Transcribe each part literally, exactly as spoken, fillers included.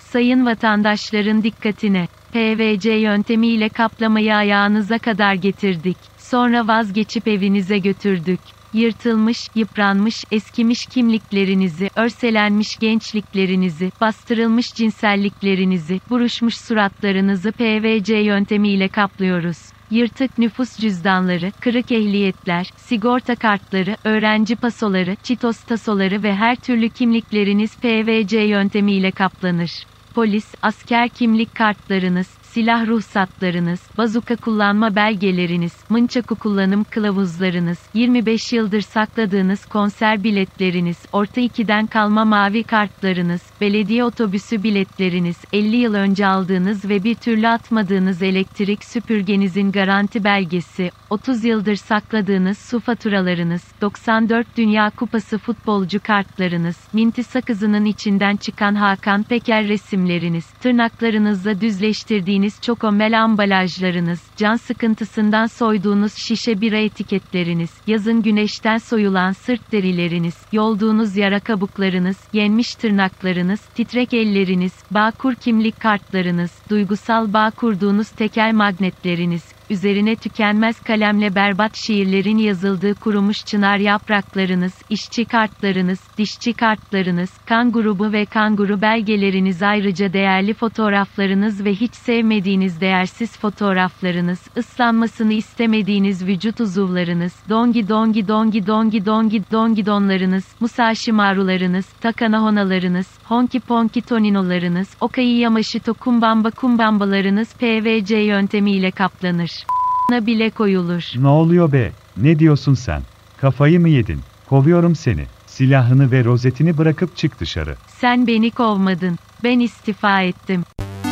Sayın vatandaşların dikkatine, P V C yöntemiyle kaplamayı ayağınıza kadar getirdik. Sonra vazgeçip evinize götürdük. Yırtılmış, yıpranmış, eskimiş kimliklerinizi, örselenmiş gençliklerinizi, bastırılmış cinselliklerinizi, buruşmuş suratlarınızı P V C yöntemiyle kaplıyoruz. Yırtık nüfus cüzdanları, kırık ehliyetler, sigorta kartları, öğrenci pasoları, çitos tasoları ve her türlü kimlikleriniz P V C yöntemiyle kaplanır. Polis, asker kimlik kartlarınız, silah ruhsatlarınız, bazuka kullanma belgeleriniz, mınçaku kullanım kılavuzlarınız, yirmi beş yıldır sakladığınız konser biletleriniz, orta ikiden kalma mavi kartlarınız, belediye otobüsü biletleriniz, elli yıl önce aldığınız ve bir türlü atmadığınız elektrik süpürgenizin garanti belgesi, otuz yıldır sakladığınız su faturalarınız, doksan dört Dünya Kupası futbolcu kartlarınız, minti sakızının içinden çıkan Hakan Peker resimleriniz, tırnaklarınızla düzleştirdiğiniz çokomel ambalajlarınız, can sıkıntısından soyduğunuz şişe bira etiketleriniz, yazın güneşten soyulan sırt derileriniz, yolduğunuz yara kabuklarınız, yenmiş tırnaklarınız, titrek elleriniz, Bağkur kimlik kartlarınız, duygusal bağ kurduğunuz tekel magnetleriniz, üzerine tükenmez kalemle berbat şiirlerin yazıldığı kurumuş çınar yapraklarınız, işçi kartlarınız, dişçi kartlarınız, kan grubu ve kanguru belgeleriniz, ayrıca değerli fotoğraflarınız ve hiç sevmediğiniz değersiz fotoğraflarınız, ıslanmasını istemediğiniz vücut uzuvlarınız, dongi dongi dongi dongi dongi dongi donlarınız, musashi marularınız, takana honalarınız, honki ponki toninolarınız, okai yamashito kumbamba kumbambalarınız P V C yöntemiyle kaplanır. Na bile koyulur. Ne oluyor be? Ne diyorsun sen? Kafayı mı yedin? Kovuyorum seni. Silahını ve rozetini bırakıp çık dışarı. Sen beni kovmadın. Ben istifa ettim.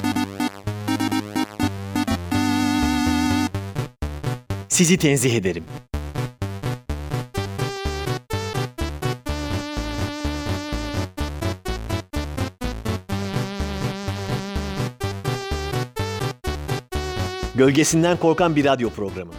Sizi tenzih ederim. Gölgesinden korkan bir radyo programı.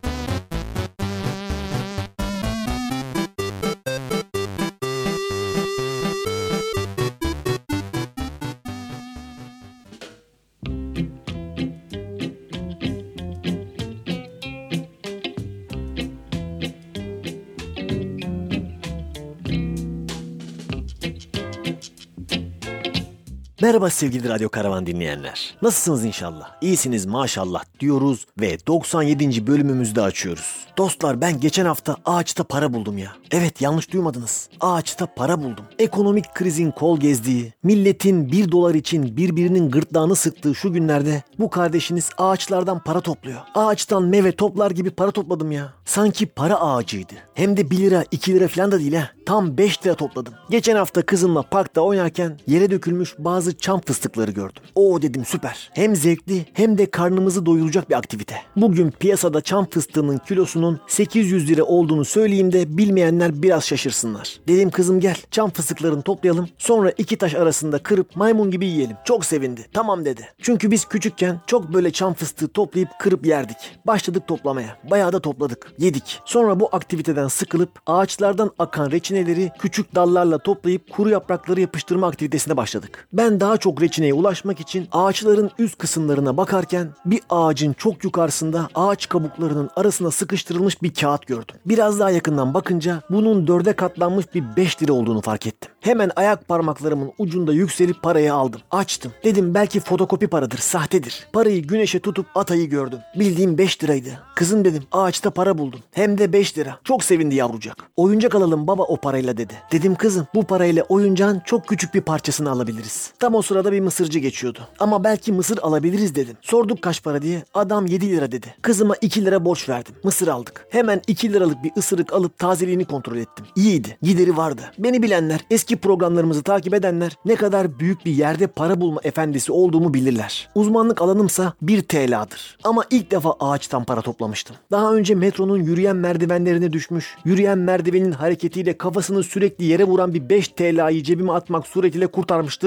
Merhaba sevgili Radyo Karavan dinleyenler. Nasılsınız inşallah? İyisiniz maşallah diyoruz ve doksan yedinci bölümümüzde açıyoruz. Dostlar, ben geçen hafta ağaçta para buldum ya. Evet, yanlış duymadınız. Ağaçta para buldum. Ekonomik krizin kol gezdiği, milletin bir dolar için birbirinin gırtlağını sıktığı şu günlerde bu kardeşiniz ağaçlardan para topluyor. Ağaçtan meyve toplar gibi para topladım ya. Sanki para ağacıydı. Hem de bir lira iki lira falan da değil ha. Tam beş lira topladım. Geçen hafta kızımla parkta oynarken yere dökülmüş bazı çam fıstıkları gördüm. Oo dedim, süper. Hem zevkli hem de karnımızı doyuracak bir aktivite. Bugün piyasada çam fıstığının kilosunun sekiz yüz lira olduğunu söyleyeyim de bilmeyenler biraz şaşırsınlar. Dedim kızım gel çam fıstıklarını toplayalım, sonra iki taş arasında kırıp maymun gibi yiyelim. Çok sevindi. Tamam dedi. Çünkü biz küçükken çok böyle çam fıstığı toplayıp kırıp yerdik. Başladık toplamaya. Bayağı da topladık. Yedik. Sonra bu aktiviteden sıkılıp ağaçlardan akan reçineleri küçük dallarla toplayıp kuru yaprakları yapıştırma aktivitesine başladık. Ben daha çok reçineye ulaşmak için ağaçların üst kısımlarına bakarken bir ağacın çok yukarısında ağaç kabuklarının arasına sıkıştırılmış bir kağıt gördüm. Biraz daha yakından bakınca bunun dörde katlanmış bir beş lira olduğunu fark ettim. Hemen ayak parmaklarımın ucunda yükselip parayı aldım. Açtım. Dedim belki fotokopi paradır, sahtedir. Parayı güneşe tutup atayı gördüm. Bildiğim beş liraydı. Kızım dedim, ağaçta para buldum. Hem de beş lira. Çok sevindi yavrucak. Oyuncak alalım baba o parayla dedi. Dedim kızım, bu parayla oyuncağın çok küçük bir parçasını alabiliriz. Tam o sırada bir mısırcı geçiyordu. Ama belki mısır alabiliriz dedim. Sorduk kaç para diye. Adam yedi lira dedi. Kızıma iki lira borç verdim. Mısır aldık. Hemen iki liralık bir ısırık alıp tazeliğini kontrol ettim. İyiydi. Gideri vardı. Beni bilenler, eski programlarımızı takip edenler ne kadar büyük bir yerde para bulma efendisi olduğumu bilirler. Uzmanlık alanımsa bir T L'dir. Ama ilk defa ağaçtan para toplamıştım. Daha önce metronun yürüyen merdivenlerine düşmüş, yürüyen merdivenin hareketiyle kafasını sürekli yere vuran bir beş T L'yi cebime atmak suretiyle kurtarmışlığım vardı.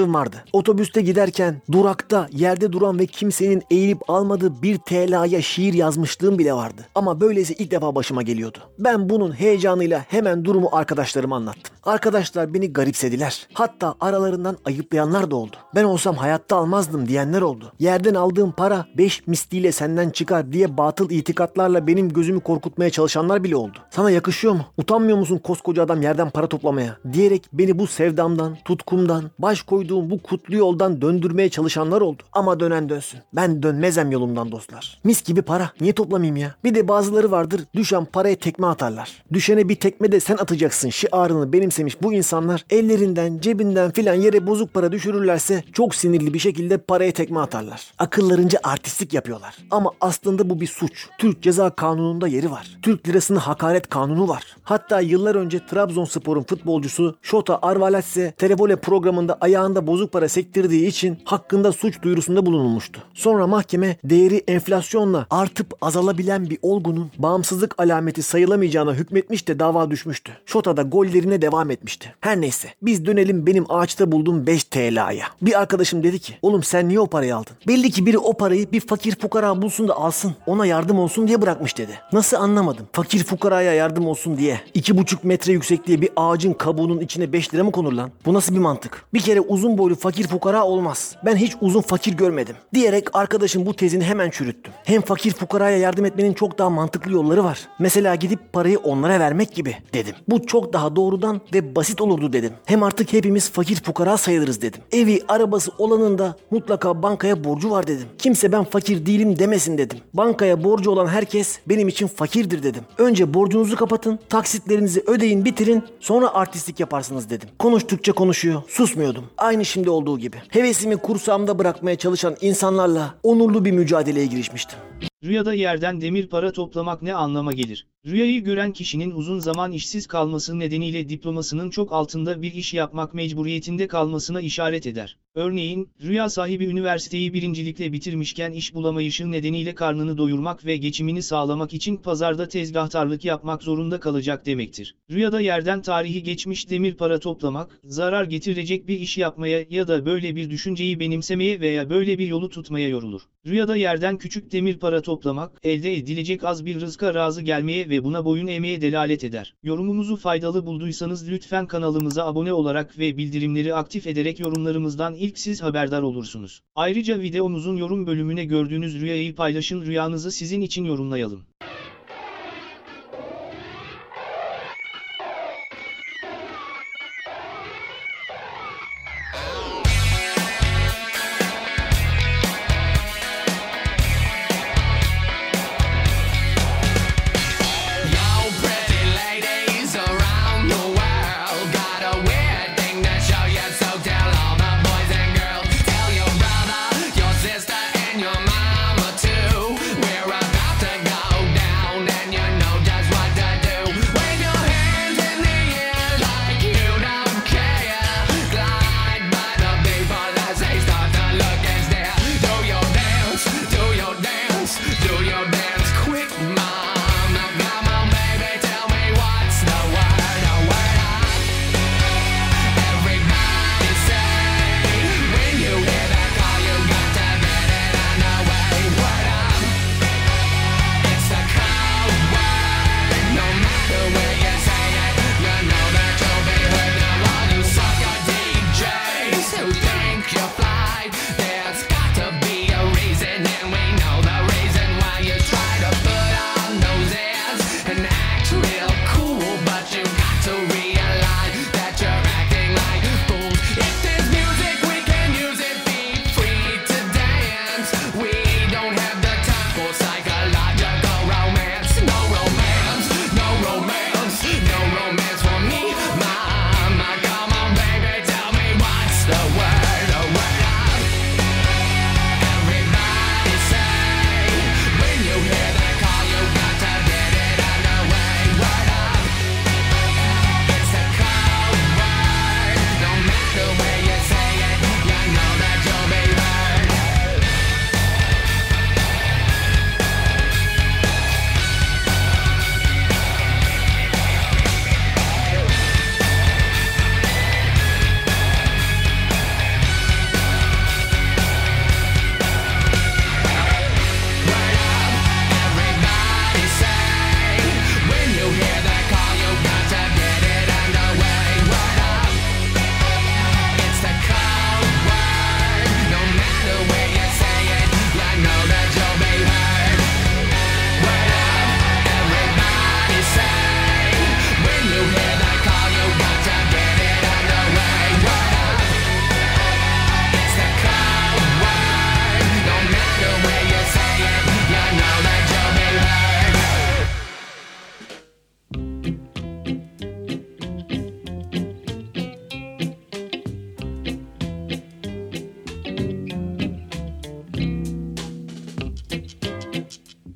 Otobüste giderken durakta yerde duran ve kimsenin eğilip almadığı bir T L A'ya şiir yazmışlığım bile vardı. Ama böylesi ilk defa başıma geliyordu. Ben bunun heyecanıyla hemen durumu arkadaşlarıma anlattım. Arkadaşlar beni garipsediler. Hatta aralarından ayıplayanlar da oldu. Ben olsam hayatta almazdım diyenler oldu. Yerden aldığım para beş misliyle senden çıkar diye batıl itikatlarla benim gözümü korkutmaya çalışanlar bile oldu. Sana yakışıyor mu? Utanmıyor musun koskoca adam yerden para toplamaya? Diyerek beni bu sevdamdan, tutkumdan, baş koyduğum bu kutlu yoldan döndürmeye çalışanlar oldu. Ama dönen dönsün. Ben dönmezem yolumdan dostlar. Mis gibi para. Niye toplamayayım ya? Bir de bazıları vardır, düşen paraya tekme atarlar. Düşene bir tekme de sen atacaksın şiarını benimsemiş bu insanlar ellerinden, cebinden filan yere bozuk para düşürürlerse çok sinirli bir şekilde paraya tekme atarlar. Akıllarınca artistlik yapıyorlar. Ama aslında bu bir suç. Türk Ceza Kanunu'nda yeri var. Türk lirasına hakaret kanunu var. Hatta yıllar önce Trabzonspor'un futbolcusu Şota Arveladze televole programında ayağında bozuk para sektirdiği için hakkında suç duyurusunda bulunulmuştu. Sonra mahkeme değeri enflasyonla artıp azalabilen bir olgunun bağımsızlık alameti sayılamayacağına hükmetmiş de dava düşmüştü. Şota da gollerine devam etmişti. Her neyse biz dönelim benim ağaçta bulduğum beş T L A'ya. Bir arkadaşım dedi ki oğlum sen niye o parayı aldın? Belli ki biri o parayı bir fakir fukara bulsun da alsın. Ona yardım olsun diye bırakmış dedi. Nasıl anlamadım. Fakir fukaraya yardım olsun diye iki buçuk metre yüksekliğe bir ağacın kabuğunun içine beş lira mı konur lan? Bu nasıl bir mantık? Bir kere uzun boylu fakir fukara olmaz. Ben hiç uzun fakir görmedim. Diyerek arkadaşım bu tezini hemen çürüttüm. Hem fakir fukaraya yardım etmenin çok daha mantıklı yolları var. Mesela gidip parayı onlara vermek gibi dedim. Bu çok daha doğrudan ve basit olurdu dedim. Hem artık hepimiz fakir fukara sayılırız dedim. Evi, arabası olanın da mutlaka bankaya borcu var dedim. Kimse ben fakir değilim demesin dedim. Bankaya borcu olan herkes benim için fakirdir dedim. Önce borcunuzu kapatın, taksitlerinizi ödeyin, bitirin, sonra artistlik yaparsınız dedim. Konuştukça konuşuyor, susmuyordum. Aynı şimdi olduğu gibi. Hevesimi kursağımda bırakmaya çalışan insanlarla onurlu bir mücadeleye girişmiştim. Rüyada yerden demir para toplamak ne anlama gelir? Rüyayı gören kişinin uzun zaman işsiz kalması nedeniyle diplomasının çok altında bir iş yapmak mecburiyetinde kalmasına işaret eder. Örneğin, rüya sahibi üniversiteyi birincilikle bitirmişken iş bulamayışı nedeniyle karnını doyurmak ve geçimini sağlamak için pazarda tezgahtarlık yapmak zorunda kalacak demektir. Rüyada yerden tarihi geçmiş demir para toplamak, zarar getirecek bir iş yapmaya ya da böyle bir düşünceyi benimsemeye veya böyle bir yolu tutmaya yorulur. Rüyada yerden küçük demir para toplamak, elde edilecek az bir rızka razı gelmeye ve buna boyun eğmeye delalet eder. Yorumumuzu faydalı bulduysanız lütfen kanalımıza abone olarak ve bildirimleri aktif ederek yorumlarımızdan ilk siz haberdar olursunuz. Ayrıca videomuzun yorum bölümüne gördüğünüz rüyayı paylaşın, rüyanızı sizin için yorumlayalım.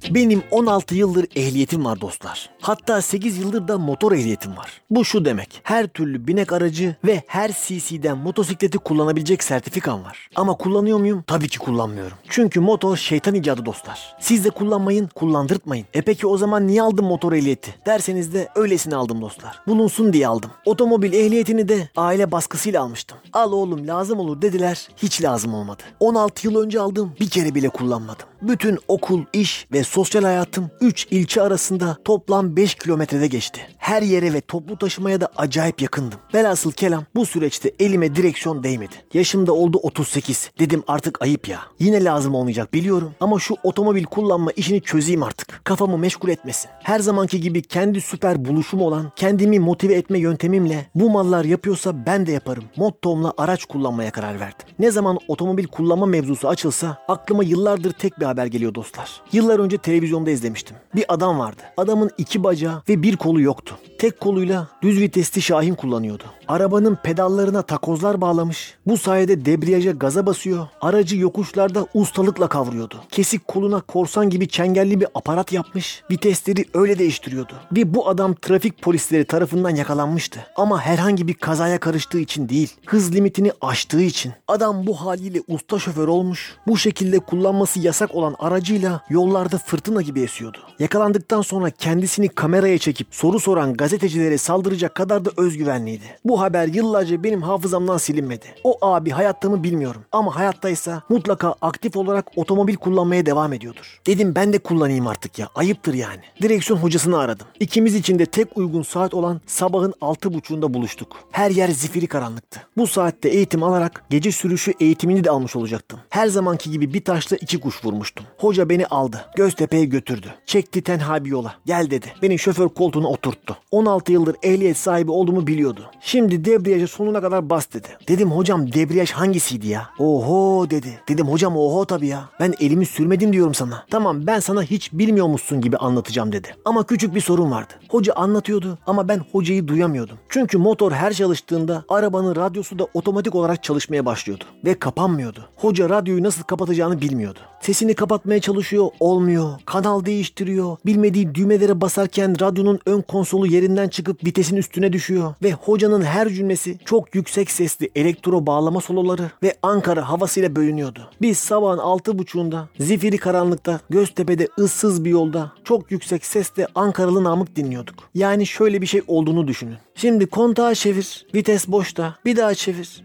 Benim on altı yıldır ehliyetim var dostlar. Hatta sekiz yıldır da motor ehliyetim var. Bu şu demek: her türlü binek aracı ve her C C'den motosikleti kullanabilecek sertifikam var. Ama kullanıyor muyum? Tabii ki kullanmıyorum. Çünkü motor şeytan icadı dostlar. Siz de kullanmayın, kullandırtmayın. E peki o zaman niye aldım motor ehliyeti derseniz de öylesine aldım dostlar. Bulunsun diye aldım. Otomobil ehliyetini de aile baskısıyla almıştım. Al oğlum lazım olur dediler. Hiç lazım olmadı. on altı yıl önce aldım. Bir kere bile kullanmadım. Bütün okul, iş ve sosyal hayatım üç ilçe arasında toplam beş kilometrede geçti. Her yere ve toplu taşımaya da acayip yakındım. Velhasıl kelam bu süreçte elime direksiyon değmedi. Yaşım da oldu otuz sekiz. Dedim artık ayıp ya. Yine lazım olmayacak biliyorum ama şu otomobil kullanma işini çözeyim artık. Kafamı meşgul etmesin. Her zamanki gibi kendi süper buluşum olan kendimi motive etme yöntemimle bu mallar yapıyorsa ben de yaparım mottomla araç kullanmaya karar verdim. Ne zaman otomobil kullanma mevzusu açılsa aklıma yıllardır tek bir haber geliyor dostlar. Yıllar önce televizyonda izlemiştim. Bir adam vardı. Adamın iki bacağı ve bir kolu yoktu. Tek koluyla düz vitesli Şahin kullanıyordu. Arabanın pedallarına takozlar bağlamış. Bu sayede debriyaja gaza basıyor. Aracı yokuşlarda ustalıkla kavruyordu. Kesik koluna korsan gibi çengelli bir aparat yapmış. Vitesleri öyle değiştiriyordu. Ve bu adam trafik polisleri tarafından yakalanmıştı. Ama herhangi bir kazaya karıştığı için değil. Hız limitini aştığı için. Adam bu haliyle usta şoför olmuş. Bu şekilde kullanması yasak olan aracıyla yollarda fırtına gibi esiyordu. Yakalandıktan sonra kendisini kameraya çekip soru soran gazetecilere saldıracak kadar da özgüvenliydi. Bu haber yıllarca benim hafızamdan silinmedi. O abi hayatta mı bilmiyorum ama hayattaysa mutlaka aktif olarak otomobil kullanmaya devam ediyordur. Dedim ben de kullanayım artık ya. Ayıptır yani. Direksiyon hocasını aradım. İkimiz için de tek uygun saat olan sabahın altı buçuğunda buluştuk. Her yer zifiri karanlıktı. Bu saatte eğitim alarak gece sürüşü eğitimini de almış olacaktım. Her zamanki gibi bir taşla iki kuş vurmuştum. Hoca beni aldı. Göztepe'ye götürdü. Çekti tenha bir yola. Gel dedi. Beni şoför koltuğuna oturttu. on altı yıldır ehliyet sahibi olduğumu biliyordu. Şimdi debriyaja sonuna kadar bas dedi. Dedim hocam debriyaj hangisiydi ya? Oho dedi. Dedim hocam oho tabii ya. Ben elimi sürmedim diyorum sana. Tamam ben sana hiç bilmiyormuşsun gibi anlatacağım dedi. Ama küçük bir sorun vardı. Hoca anlatıyordu ama ben hocayı duyamıyordum. Çünkü motor her çalıştığında arabanın radyosu da otomatik olarak çalışmaya başlıyordu. Ve kapanmıyordu. Hoca radyoyu nasıl kapatacağını bilmiyordu. Sesini kapatmaya çalışıyor, olmuyor. Kanal değiştiriyor. Bilmediği düğmelere basarken radyonun ön konsolu yerinden çıkıp vitesin üstüne düşüyor. Ve hocanın her cümlesi çok yüksek sesli elektro bağlama soloları ve Ankara havasıyla bölünüyordu. Biz sabahın altı buçuğunda zifiri karanlıkta Göztepe'de ıssız bir yolda çok yüksek sesle Ankaralı Namık dinliyorduk. Yani şöyle bir şey olduğunu düşünün. Şimdi kontağı çevir, vites boşta, bir daha çevir.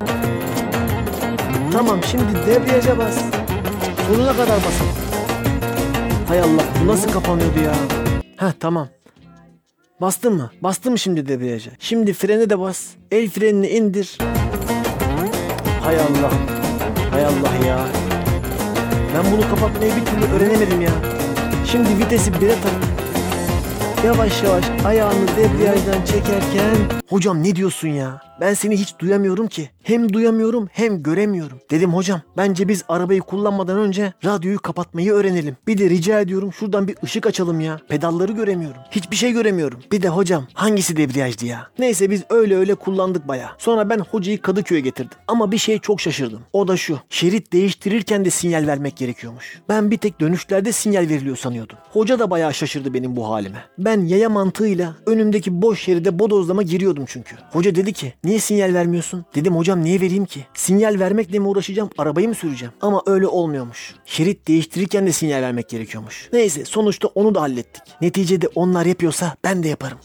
Tamam şimdi debriyaja bas. Sonuna kadar basın. Hay Allah bu nasıl kapanıyordu ya? Heh tamam. Bastın mı? Bastın mı şimdi debriyaja? Şimdi frene de bas. El frenini indir. Hay Allah. Hay Allah ya. Ben bunu kapatmayı bir türlü öğrenemedim ya. Şimdi vitesi bire tak. Yavaş yavaş ayağını debriyajdan çekerken... Hocam ne diyorsun ya? Ben seni hiç duyamıyorum ki. Hem duyamıyorum hem göremiyorum. Dedim hocam bence biz arabayı kullanmadan önce radyoyu kapatmayı öğrenelim. Bir de rica ediyorum şuradan bir ışık açalım ya. Pedalları göremiyorum. Hiçbir şey göremiyorum. Bir de hocam hangisi debriyajdı ya? Neyse biz öyle öyle kullandık bayağı. Sonra ben hocayı Kadıköy'e getirdim. Ama bir şeye çok şaşırdım. O da şu. Şerit değiştirirken de sinyal vermek gerekiyormuş. Ben bir tek dönüşlerde sinyal veriliyor sanıyordum. Hoca da bayağı şaşırdı benim bu halime. Ben yaya mantığıyla önümdeki boş şeride bodozlama giriyordum çünkü. Hoca dedi ki niye sinyal vermiyorsun? Dedim hocam niye vereyim ki? Sinyal vermekle mi uğraşacağım? Arabayı mı süreceğim? Ama öyle olmuyormuş. Şerit değiştirirken de sinyal vermek gerekiyormuş. Neyse sonuçta onu da hallettik. Neticede onlar yapıyorsa ben de yaparım.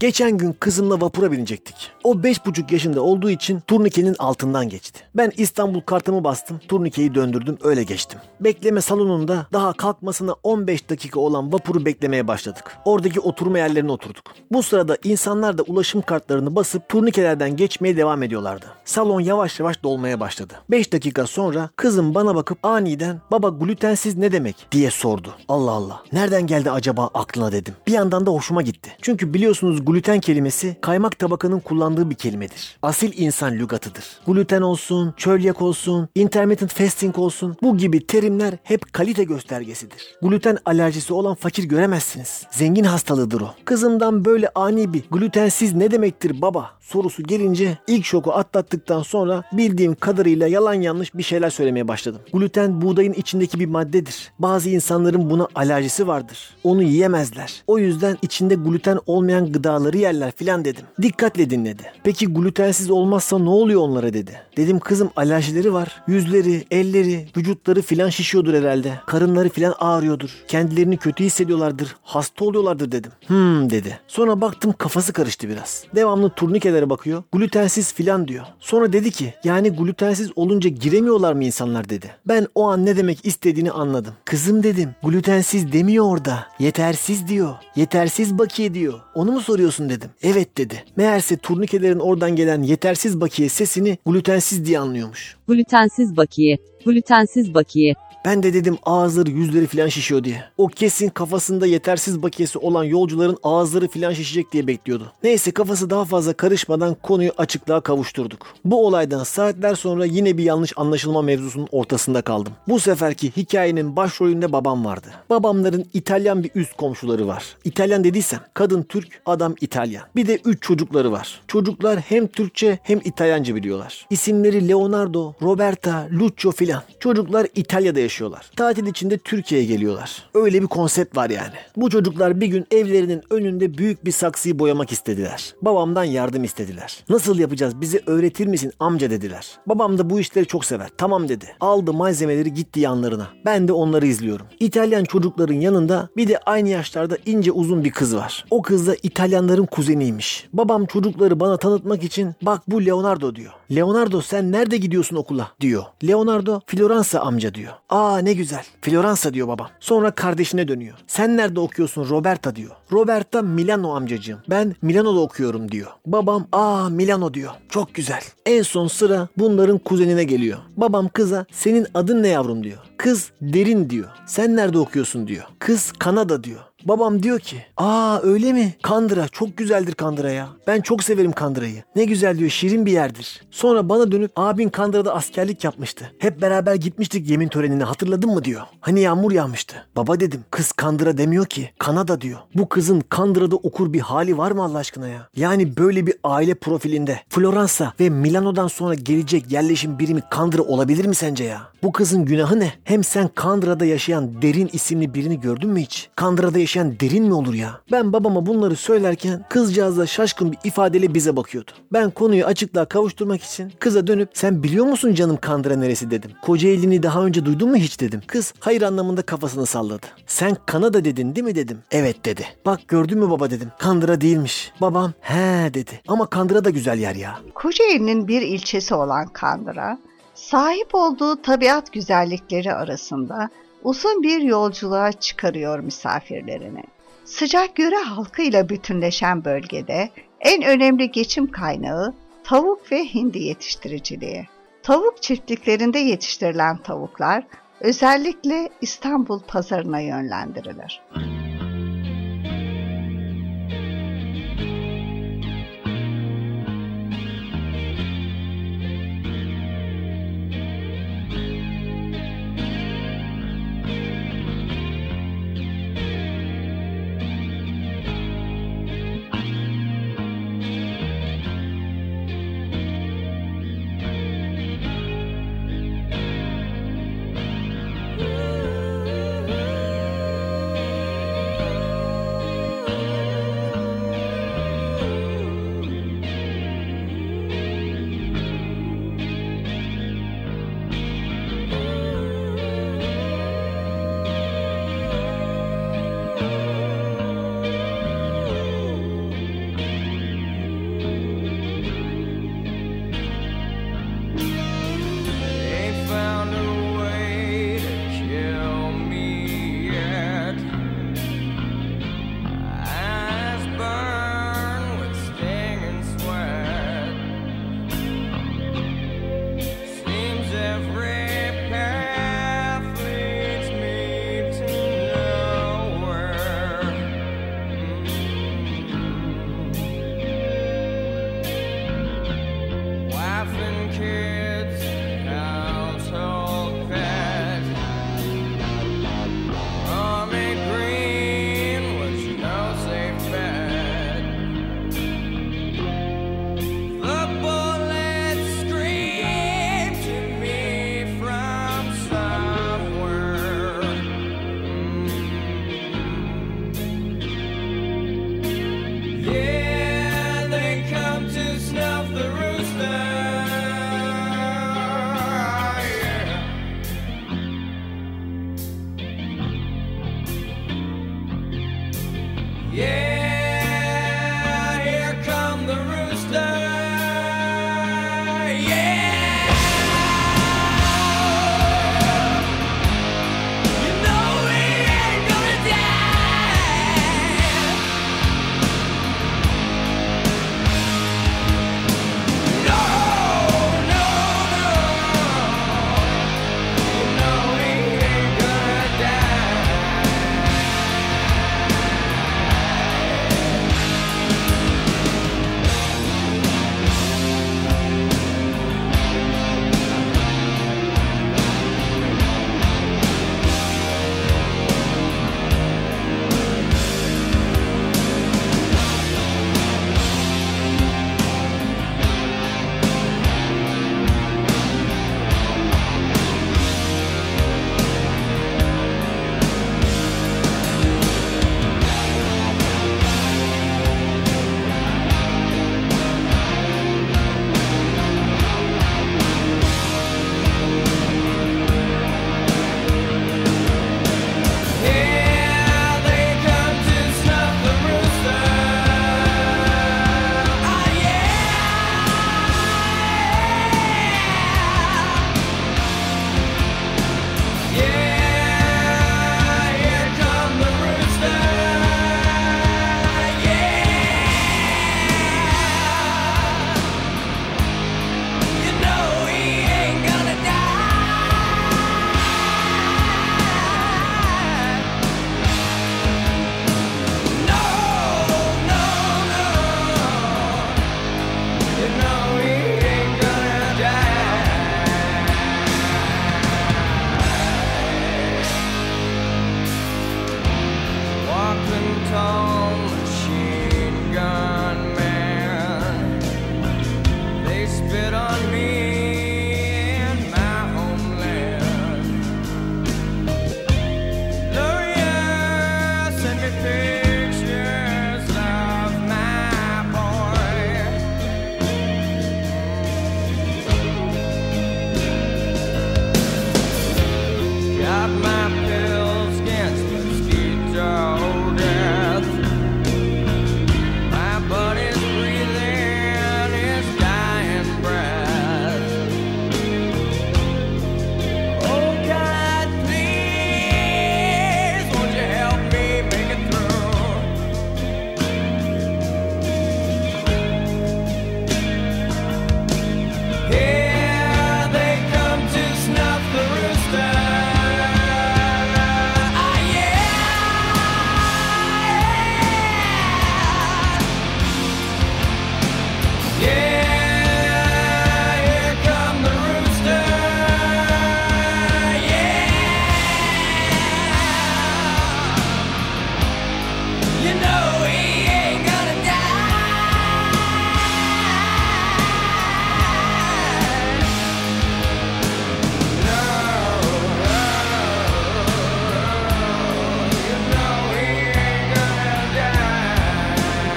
Geçen gün kızımla vapura binecektik. O beş buçuk yaşında olduğu için turnikenin altından geçti. Ben İstanbul kartımı bastım, turnikeyi döndürdüm, öyle geçtim. Bekleme salonunda daha kalkmasına on beş dakika olan vapuru beklemeye başladık. Oradaki oturma yerlerine oturduk. Bu sırada insanlar da ulaşım kartlarını basıp turnikelerden geçmeye devam ediyorlardı. Salon yavaş yavaş dolmaya başladı. beş dakika sonra kızım bana bakıp aniden "Baba, glutensiz ne demek?" diye sordu. Allah Allah, nereden geldi acaba aklına dedim. Bir yandan da hoşuma gitti. Çünkü biliyorsunuz gluten kelimesi kaymak tabakının kullandığı bir kelimedir. Asil insan lügatıdır. Gluten olsun, çölyak olsun, intermittent fasting olsun, bu gibi terimler hep kalite göstergesidir. Gluten alerjisi olan fakir göremezsiniz. Zengin hastalığıdır o. Kızımdan böyle ani bir "glutensiz ne demektir baba" sorusu gelince ilk şoku atlattıktan sonra bildiğim kadarıyla yalan yanlış bir şeyler söylemeye başladım. Gluten buğdayın içindeki bir maddedir. Bazı insanların buna alerjisi vardır. Onu yiyemezler. O yüzden içinde gluten olmayan gıdaları yerler filan dedim. Dikkatle dinledi. Peki glutensiz olmazsa ne oluyor onlara dedi. Dedim kızım, alerjileri var. Yüzleri, elleri, vücutları filan şişiyordur herhalde. Karınları filan ağrıyordur. Kendilerini kötü hissediyorlardır. Hasta oluyorlardır dedim. Hmm dedi. Sonra baktım kafası karıştı biraz. Devamlı turnikelere bakıyor. Glutensiz filan diyor. Sonra dedi ki yani glutensiz olunca giremiyorlar mı insanlar dedi. Ben o an ne demek istediğini anladım. Kızım dedim, glutensiz demiyor orada. Yetersiz diyor. Yetersiz bakiye diyor. Onu mu soruyorsun dedim. Evet dedi. Meğerse turnikelerin oradan gelen yetersiz bakiye sesini glutensiz diye anlıyormuş. Glutensiz bakiye, glutensiz bakiye. Ben de dedim ağızları yüzleri filan şişiyor diye. O kesin kafasında yetersiz bakiyesi olan yolcuların ağızları filan şişecek diye bekliyordu. Neyse, kafası daha fazla karışmadan konuyu açıklığa kavuşturduk. Bu olaydan saatler sonra yine bir yanlış anlaşılma mevzusunun ortasında kaldım. Bu seferki hikayenin başrolünde babam vardı. Babamların İtalyan bir üst komşuları var. İtalyan dediysem kadın Türk, adam İtalyan. Bir de üç çocukları var. Çocuklar hem Türkçe hem İtalyanca biliyorlar. İsimleri Leonardo, Roberta, Lucio filan. Çocuklar İtalya'da yaşıyorlar. Tatil içinde Türkiye'ye geliyorlar. Öyle bir konsept var yani. Bu çocuklar bir gün evlerinin önünde büyük bir saksıyı boyamak istediler. Babamdan yardım istediler. Nasıl yapacağız, bize öğretir misin amca dediler. Babam da bu işleri çok sever. Tamam dedi. Aldı malzemeleri, gitti yanlarına. Ben de onları izliyorum. İtalyan çocukların yanında bir de aynı yaşlarda ince uzun bir kız var. O kız da İtalyanların kuzeniymiş. Babam çocukları bana tanıtmak için "Bak bu Leonardo" diyor. "Leonardo, sen nerede gidiyorsun okula?" diyor. Leonardo, "Floransa amca" diyor. "Aa ne güzel. Floransa" diyor babam. Sonra kardeşine dönüyor. "Sen nerede okuyorsun Roberta" diyor. "Roberta Milano amcacığım. Ben Milano'da okuyorum" diyor. Babam "Aa Milano" diyor. "Çok güzel." En son sıra bunların kuzenine geliyor. Babam kıza "Senin adın ne yavrum" diyor. Kız "Derin" diyor. "Sen nerede okuyorsun" diyor. Kız "Kanada" diyor. Babam diyor ki "Aa öyle mi? Kandıra çok güzeldir Kandıra ya. Ben çok severim Kandıra'yı. Ne güzel" diyor, "şirin bir yerdir." Sonra bana dönüp "Abin Kandıra'da askerlik yapmıştı. Hep beraber gitmiştik yemin törenine, hatırladın mı?" diyor. "Hani yağmur yağmıştı." "Baba" dedim, "kız Kandıra demiyor ki, Kanada diyor. Bu kızın Kandıra'da okur bir hali var mı Allah aşkına ya? Yani böyle bir aile profilinde Floransa ve Milano'dan sonra gelecek yerleşim birimi Kandıra olabilir mi sence ya? Bu kızın günahı ne? Hem sen Kandıra'da yaşayan Derin isimli birini gördün mü hiç? Kandıra'da yaşayan Derin mi olur ya?" Ben babama bunları söylerken kızcağız da şaşkın bir ifadeyle bize bakıyordu. Ben konuyu açıklığa kavuşturmak için kıza dönüp "Sen biliyor musun canım Kandıra neresi?" dedim. "Kocaeli'ni daha önce duydun mu hiç?" dedim. Kız hayır anlamında kafasını salladı. "Sen Kanada dedin değil mi?" dedim. "Evet" dedi. "Bak gördün mü baba" dedim. "Kandıra değilmiş." Babam "He" dedi. "Ama Kandıra da güzel yer ya." Kocaeli'nin bir ilçesi olan Kandıra, sahip olduğu tabiat güzellikleri arasında uzun bir yolculuğa çıkarıyor misafirlerini. Sıcak yöre halkıyla bütünleşen bölgede en önemli geçim kaynağı tavuk ve hindi yetiştiriciliği. Tavuk çiftliklerinde yetiştirilen tavuklar özellikle İstanbul pazarına yönlendirilir. Stop my pills against mosquito death. My buddy's breathing his dying breath. Oh God, please, won't you help me make it through? Here they come to snuff the rooster. Ah, yeah. Yeah, here come the rooster. Yeah. You know he ain't gonna die. No, you know he ain't gonna die.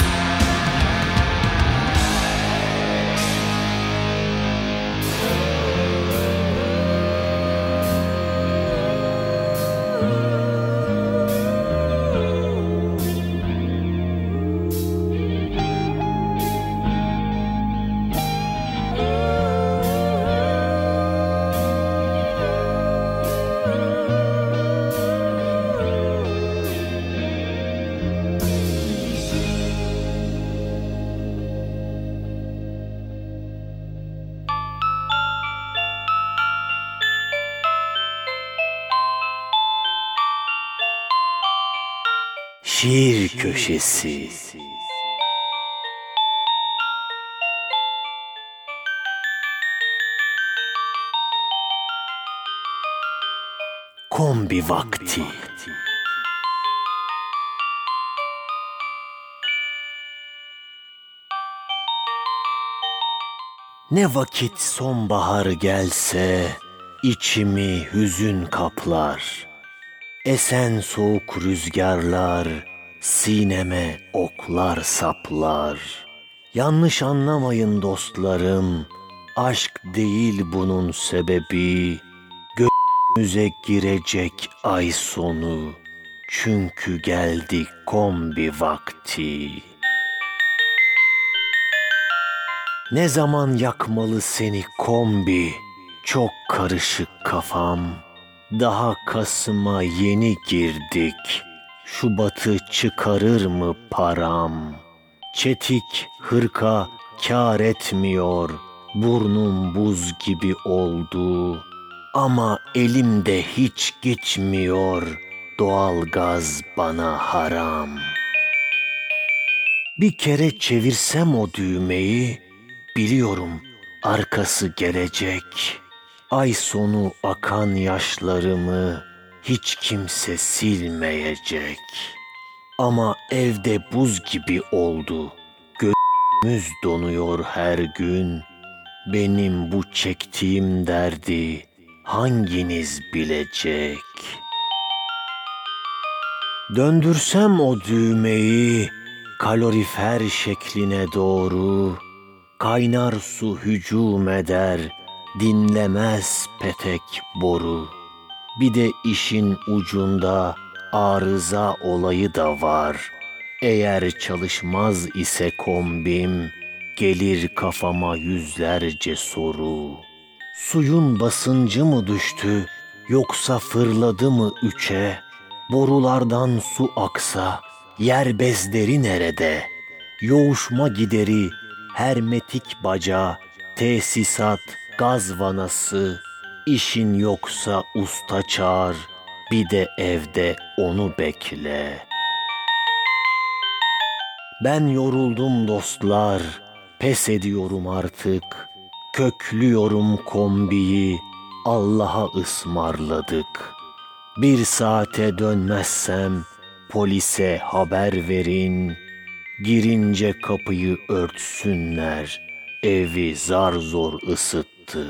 Şiir Köşesi. Kombi vakti. Ne vakit sonbahar gelse, içimi hüzün kaplar. Esen soğuk rüzgarlar, sineme oklar saplar. Yanlış anlamayın dostlarım, aşk değil bunun sebebi. Göğümüze girecek ay sonu, çünkü geldi kombi vakti. Ne zaman yakmalı seni kombi, çok karışık kafam. Daha Kasım'a yeni girdik, Şubat'ı çıkarır mı param? Çetik hırka kâr etmiyor, burnum buz gibi oldu. Ama elimde hiç gitmiyor, doğalgaz bana haram. Bir kere çevirsem o düğmeyi, biliyorum arkası gelecek. Ay sonu akan yaşlarımı hiç kimse silmeyecek. Ama evde buz gibi oldu, gözümüz donuyor her gün. Benim bu çektiğim derdi hanginiz bilecek? Döndürsem o düğmeyi kalorifer şekline doğru, kaynar su hücum eder, dinlemez petek boru. Bir de işin ucunda arıza olayı da var. Eğer çalışmaz ise kombim, gelir kafama yüzlerce soru. Suyun basıncı mı düştü, yoksa fırladı mı üçe? Borulardan su aksa, yer bezleri nerede? Yoğuşma gideri, hermetik baca, tesisat, gaz vanası. İşin yoksa usta çağır, bir de evde onu bekle. Ben yoruldum dostlar, pes ediyorum artık. Köklüyorum kombiyi, Allah'a ısmarladık. Bir saate dönmezsem polise haber verin. Girince kapıyı örtsünler, evi zar zor ısıttık.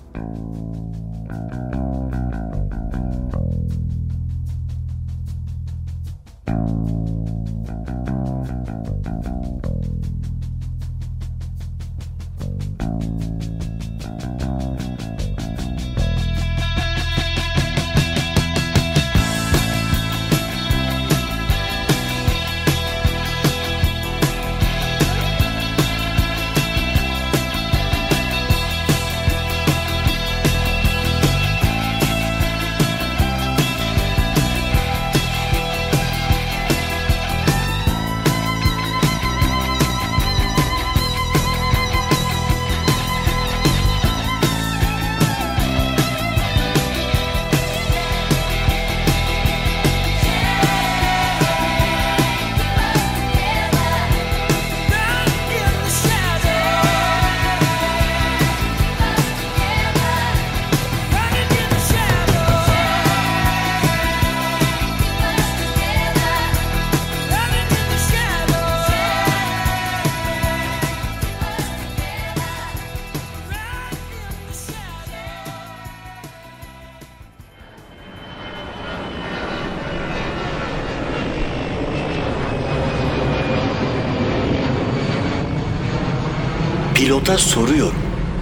Pilota soruyorum.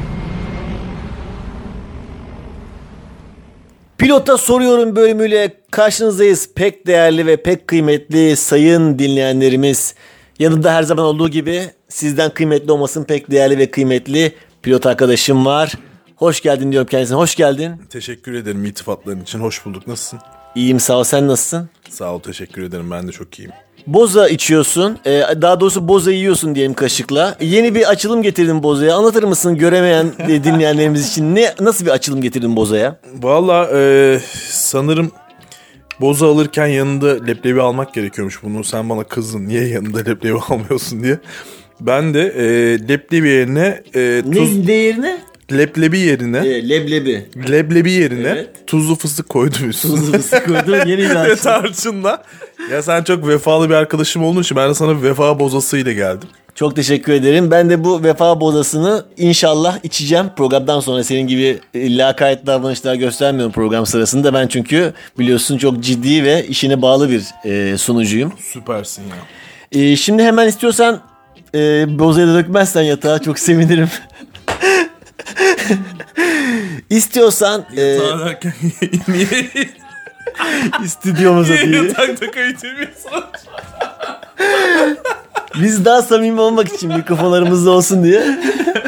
Pilota soruyorum bölümüyle karşınızdayız. Pek değerli ve pek kıymetli sayın dinleyenlerimiz. Yanında her zaman olduğu gibi sizden kıymetli olmasın pek değerli ve kıymetli pilot arkadaşım var. Hoş geldin diyorum kendisine. Hoş geldin. Teşekkür ederim iltifatların için. Hoş bulduk. Nasılsın? İyiyim sağ ol. Sen nasılsın? Sağ ol. Teşekkür ederim. Ben de çok iyiyim. Boza içiyorsun. Ee, daha doğrusu boza yiyorsun diyelim kaşıkla. Yeni bir açılım getirdin bozaya. Anlatır mısın göremeyen e, dinleyenlerimiz için ne nasıl bir açılım getirdin bozaya? Valla e, sanırım boza alırken yanında leblebi almak gerekiyormuş. Bunu sen bana kızdın. Niye yanında leblebi almıyorsun diye. Ben de e, leblebi yerine e, tuz... Ne yerine? Leblebi yerine. E, leblebi. Leblebi yerine Evet. tuzlu fıstık koydum üstüne. Tuzlu fıstık koydun yeni bir Ve açılım. tarçınla. Ya sen çok vefalı bir arkadaşım olduğun için ben de sana bir vefa bozasıyla geldim. Çok teşekkür ederim. Ben de bu vefa bozasını inşallah içeceğim. Programdan sonra senin gibi e, lakayt davranışlar göstermiyorum program sırasında. Ben çünkü biliyorsun çok ciddi ve işine bağlı bir e, sunucuyum. Süpersin ya. E, şimdi hemen istiyorsan e, bozaya da dökmezsen yatağa çok sevinirim. İstiyorsan e, Yatağa derken niye, stüdyomuza niye değil. yatakta kayıt ediyorsun? Biz daha samimi olmak için mikrofonlarımızda olsun diye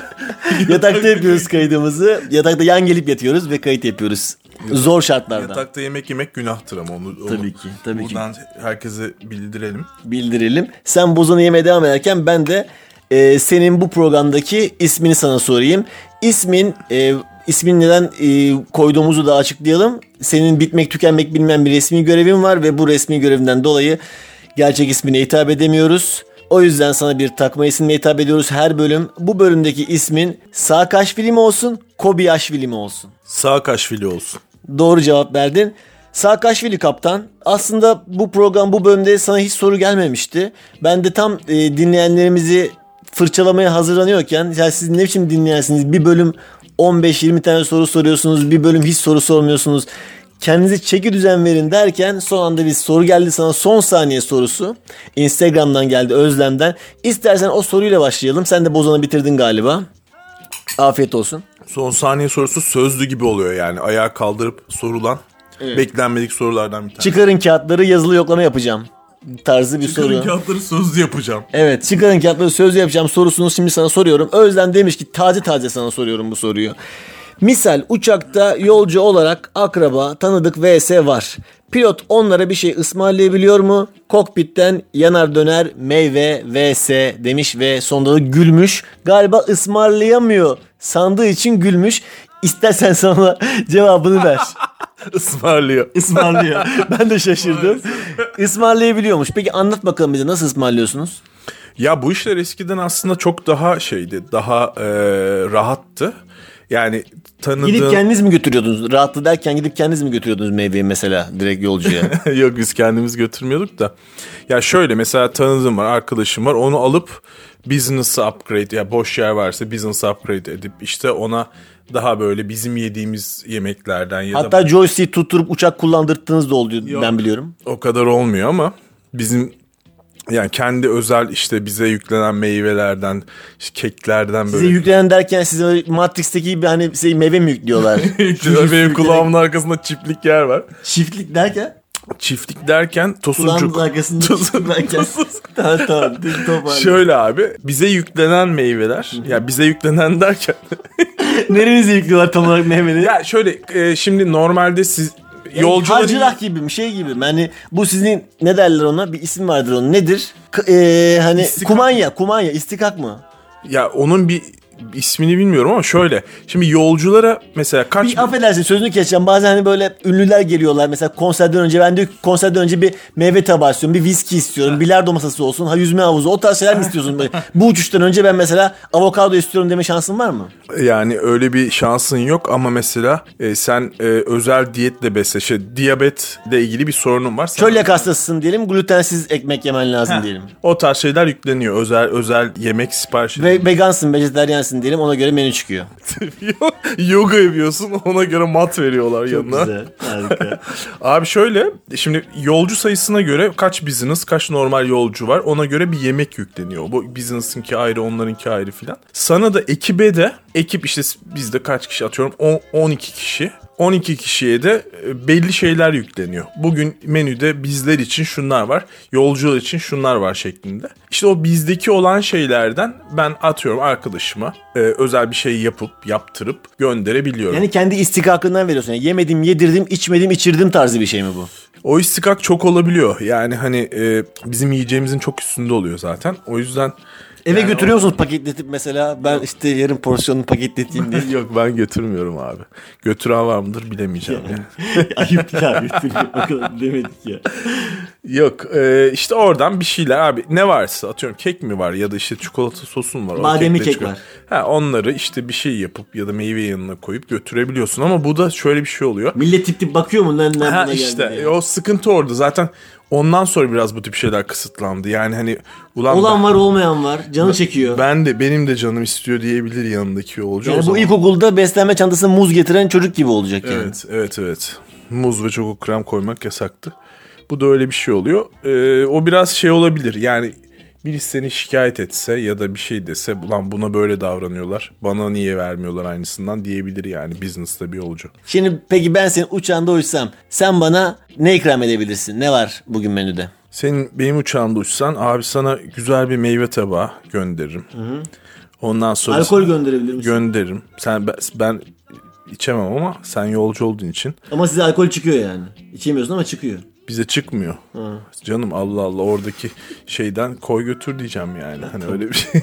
yatakta yapıyoruz kaydımızı. Yatakta yan gelip yatıyoruz ve kayıt yapıyoruz. Zor şartlarda. Yatakta yemek yemek günahtır ama onu, onu Tabii ki, tabii ki. buradan herkese bildirelim. Bildirelim. Sen bozanı yemeye devam ederken ben de e, senin bu programdaki ismini sana sorayım. İsmin e, ismin neden e, koyduğumuzu da açıklayalım. Senin bitmek tükenmek bilmeyen bir resmi görevin var ve bu resmi görevinden dolayı gerçek ismine hitap edemiyoruz. O yüzden sana bir takma isimle hitap ediyoruz her bölüm. Bu bölümdeki ismin Saakaşvili mi olsun, Kobiaşvili mi olsun? Saakaşvili olsun. Doğru cevap verdin. Saakaşvili kaptan. Aslında bu program bu bölümde sana hiç soru gelmemişti. Ben de tam e, dinleyenlerimizi fırçalamaya hazırlanıyorken ya siz ne biçim dinleyersiniz? Bir bölüm on beş yirmi tane soru soruyorsunuz. Bir bölüm hiç soru sormuyorsunuz. Kendinize çeki düzen verin derken son anda bir soru geldi sana, son saniye sorusu. Instagram'dan geldi, Özlem'den. İstersen o soruyla başlayalım. Sen de bozanı bitirdin galiba. Afiyet olsun. Son saniye sorusu sözlü gibi oluyor yani. Ayağa kaldırıp sorulan Evet. beklenmedik sorulardan bir tanesi. Çıkarın kağıtları, yazılı yoklama yapacağım tarzı bir Çıkarın soru. kağıtları sözlü yapacağım. Evet, çıkarın kağıtları, sözlü yapacağım sorusunu şimdi sana soruyorum. Özlem demiş ki taze taze sana soruyorum bu soruyu. Misal uçakta yolcu olarak akraba, tanıdık vs var. Pilot onlara bir şey ısmarlayabiliyor mu? Kokpitten yanar döner meyve vs demiş ve sonunda da gülmüş. Galiba ısmarlayamıyor sandığı için gülmüş. İstersen sana cevabını ver. Ismarlıyor. Ismarlıyor. Ben de şaşırdım. Ismarlayabiliyormuş. Peki anlat bakalım bize, nasıl ısmarlıyorsunuz? Ya bu işler eskiden aslında çok daha şeydi. Daha e, rahattı. Yani tanıdığın... Gidip kendiniz mi götürüyordunuz? Rahatlı derken gidip kendiniz mi götürüyordunuz meyveyi mesela direkt yolcuya? Yok biz kendimiz götürmüyorduk da. Ya şöyle mesela tanıdığım var, arkadaşım var. Onu alıp business'ı upgrade ya boş yer varsa business upgrade edip işte ona daha böyle bizim yediğimiz yemeklerden ya Hatta da... joystick tutturup uçak kullandırttığınız da oluyor Yok, ben biliyorum. O kadar olmuyor ama bizim yani kendi özel işte bize yüklenen meyvelerden, işte keklerden böyle. Size yüklenen derken size Matrix'teki gibi hani size meyve mi yüklüyorlar? Benim kulağımın arkasında çiftlik yer var. Çiftlik derken? Çiftlik derken tosuncuk. Kulağımın arkasında çiftlik derken. Tamam tamam. tamam. Şöyle abi bize yüklenen meyveler ya bize yüklenen derken. Nerenize yüklüyorlar tam olarak meyveleri? Ya şöyle e, şimdi normalde siz yolcuları... Harcırak gibi mi şey gibi mi? Hani bu sizin ne derler ona? Bir isim vardır onun. Nedir? K- e, hani İstikak. kumanya, kumanya, istikak mı? Ya onun bir ismini bilmiyorum ama şöyle. Şimdi yolculara mesela kaç... Bir affedersin sözünü keseceğim. Bazen hani böyle ünlüler geliyorlar. Mesela konserden önce ben diyor ki konserden önce bir meyve tabağı istiyorum. Bir viski istiyorum. Bilardo masası olsun. Ha yüzme havuzu. O tarz şeyler mi istiyorsun? Böyle? Bu uçuştan önce ben mesela avokado istiyorum deme şansın var mı? Yani öyle bir şansın yok ama mesela e, sen e, özel diyetle besle. Şey, diyabetle ilgili bir sorunun var. Sen... Çölyak hastasısın diyelim. Glutensiz ekmek yemen lazım Heh. diyelim. O tarz şeyler yükleniyor. Özel özel yemek siparişi. Ve vegansın, vejetaryensin diyelim. Ona göre menü çıkıyor. Yoga yapıyorsun ona göre mat veriyorlar Çok yanına. güzel. Harika. Abi şöyle şimdi yolcu sayısına göre kaç business kaç normal yolcu var ona göre bir yemek yükleniyor. Bu business'ınki ayrı onlarınki ayrı filan. Sana da ekibe de ekip işte bizde kaç kişi atıyorum on, on iki kişi. on iki kişiye de belli şeyler yükleniyor. Bugün menüde bizler için şunlar var, yolcular için şunlar var şeklinde. İşte o bizdeki olan şeylerden ben atıyorum arkadaşıma e, özel bir şey yapıp yaptırıp gönderebiliyorum. Yani kendi istikakından veriyorsun. Yani yemedim, yedirdim, içmedim, içirdim tarzı bir şey mi bu? O istikak çok olabiliyor. Yani hani e, bizim yiyeceğimizin çok üstünde oluyor zaten. O yüzden... Eve yani götürüyor o... musunuz paketletip mesela ben işte yarım porsiyonunu paketleteyim diye. Yok ben götürmüyorum abi. Götüren var mıdır bilemeyeceğim ya. Ayıp ya götürüyor. O kadar demedik ya. Yok e, işte oradan bir şeyler abi ne varsa atıyorum kek mi var ya da işte çikolata sosun var. Bademli kek çıkıyor. var. Ha, onları işte bir şey yapıp ya da meyve yanına koyup götürebiliyorsun ama bu da şöyle bir şey oluyor. Millet tip tip bakıyor mu? Nereden Ha, buna işte geldi diye. o sıkıntı orada zaten ondan sonra biraz bu tip şeyler kısıtlandı. Yani hani ulan Olan ben, var olmayan var. Canı çekiyor. ben de benim de canım istiyor diyebilir yanındaki yolcu. Yani o bu zaman. ilkokulda beslenme çantasına muz getiren çocuk gibi olacak yani. Evet, evet, evet. Muz ve çoko krem koymak yasaktı. Bu da öyle bir şey oluyor. Ee, o biraz şey olabilir. Yani birisi seni şikayet etse ya da bir şey dese, ulan buna böyle davranıyorlar. Bana niye vermiyorlar aynısından diyebilir yani business'ta bir yolcu. Şimdi peki ben senin uçağında uçsam sen bana ne ikram edebilirsin? Ne var bugün menüde? Senin benim uçağımda uçsan abi sana güzel bir meyve tabağı gönderirim. Hı hı. Ondan sonra Alkol gönderebilir misin? Gönderirim. Sen ben, ben içemem ama sen yolcu olduğun için. Ama size alkol çıkıyor yani. İçemiyorsun ama çıkıyor. Bize çıkmıyor. Hı. Canım Allah Allah oradaki şeyden koy götür diyeceğim yani. Hani öyle bir şey.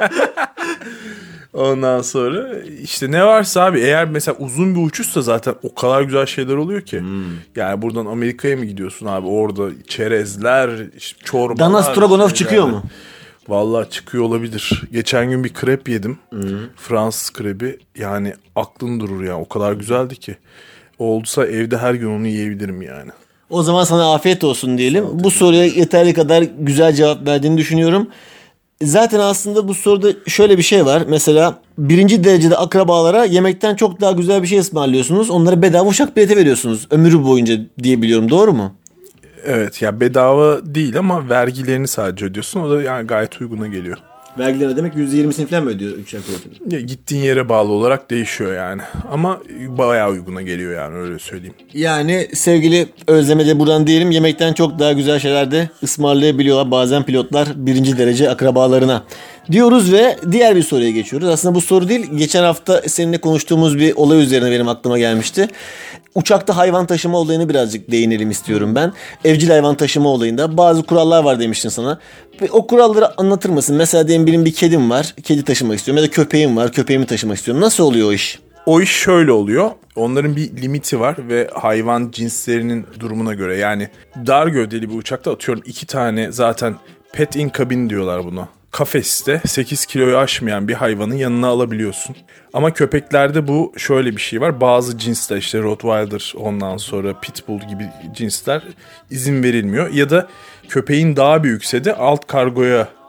Ondan sonra işte ne varsa abi eğer mesela uzun bir uçuşsa zaten o kadar güzel şeyler oluyor ki. Hmm. Yani buradan Amerika'ya mı gidiyorsun abi orada çerezler, işte çorbalar. Dana stroganoff şeyler. çıkıyor mu? Vallahi çıkıyor olabilir. Geçen gün bir krep yedim. Hmm. Fransız krebi yani aklın durur ya o kadar güzeldi ki. Olsa evde her gün onu yiyebilirim yani. O zaman sana afiyet olsun diyelim. Bu soruya yeterli kadar güzel cevap verdiğini düşünüyorum. Zaten aslında bu soruda şöyle bir şey var. Mesela birinci derecede akrabalara yemekten çok daha güzel bir şey ısmarlıyorsunuz. Onlara bedava uçak bileti veriyorsunuz. Ömrü boyunca diye biliyorum. Doğru mu? Evet ya bedava değil ama vergilerini sadece ödüyorsun. O da yani gayet uyguna geliyor. Vergiler demek yüzde yirmisini falan mı ödüyor uçak biletinin? Ya gittiğin yere bağlı olarak değişiyor yani. Ama bayağı uyguna geliyor yani öyle söyleyeyim. Yani sevgili Özlem'e de buradan diyelim yemekten çok daha güzel şeyler de ısmarlayabiliyorlar bazen pilotlar birinci derece akrabalarına. Diyoruz ve diğer bir soruya geçiyoruz. Aslında bu soru değil. Geçen hafta seninle konuştuğumuz bir olay üzerine benim aklıma gelmişti. Uçakta hayvan taşıma olayını birazcık değinelim istiyorum ben. Evcil hayvan taşıma olayında bazı kurallar var demiştin sana. Ve o kuralları anlatır mısın? Mesela diyelim benim bir kedim var. Kedi taşımak istiyorum ya da köpeğim var. Köpeğimi taşımak istiyorum. Nasıl oluyor o iş? O iş şöyle oluyor. Onların bir limiti var ve hayvan cinslerinin durumuna göre. Yani dar gövdeli bir uçakta atıyorum iki tane zaten pet in cabin diyorlar buna. Kafeste sekiz kiloyu aşmayan bir hayvanın yanına alabiliyorsun. Ama köpeklerde bu şöyle bir şey var. Bazı cinsler işte Rottweiler ondan sonra Pitbull gibi cinsler izin verilmiyor. Ya da köpeğin daha büyükse de alt kargoya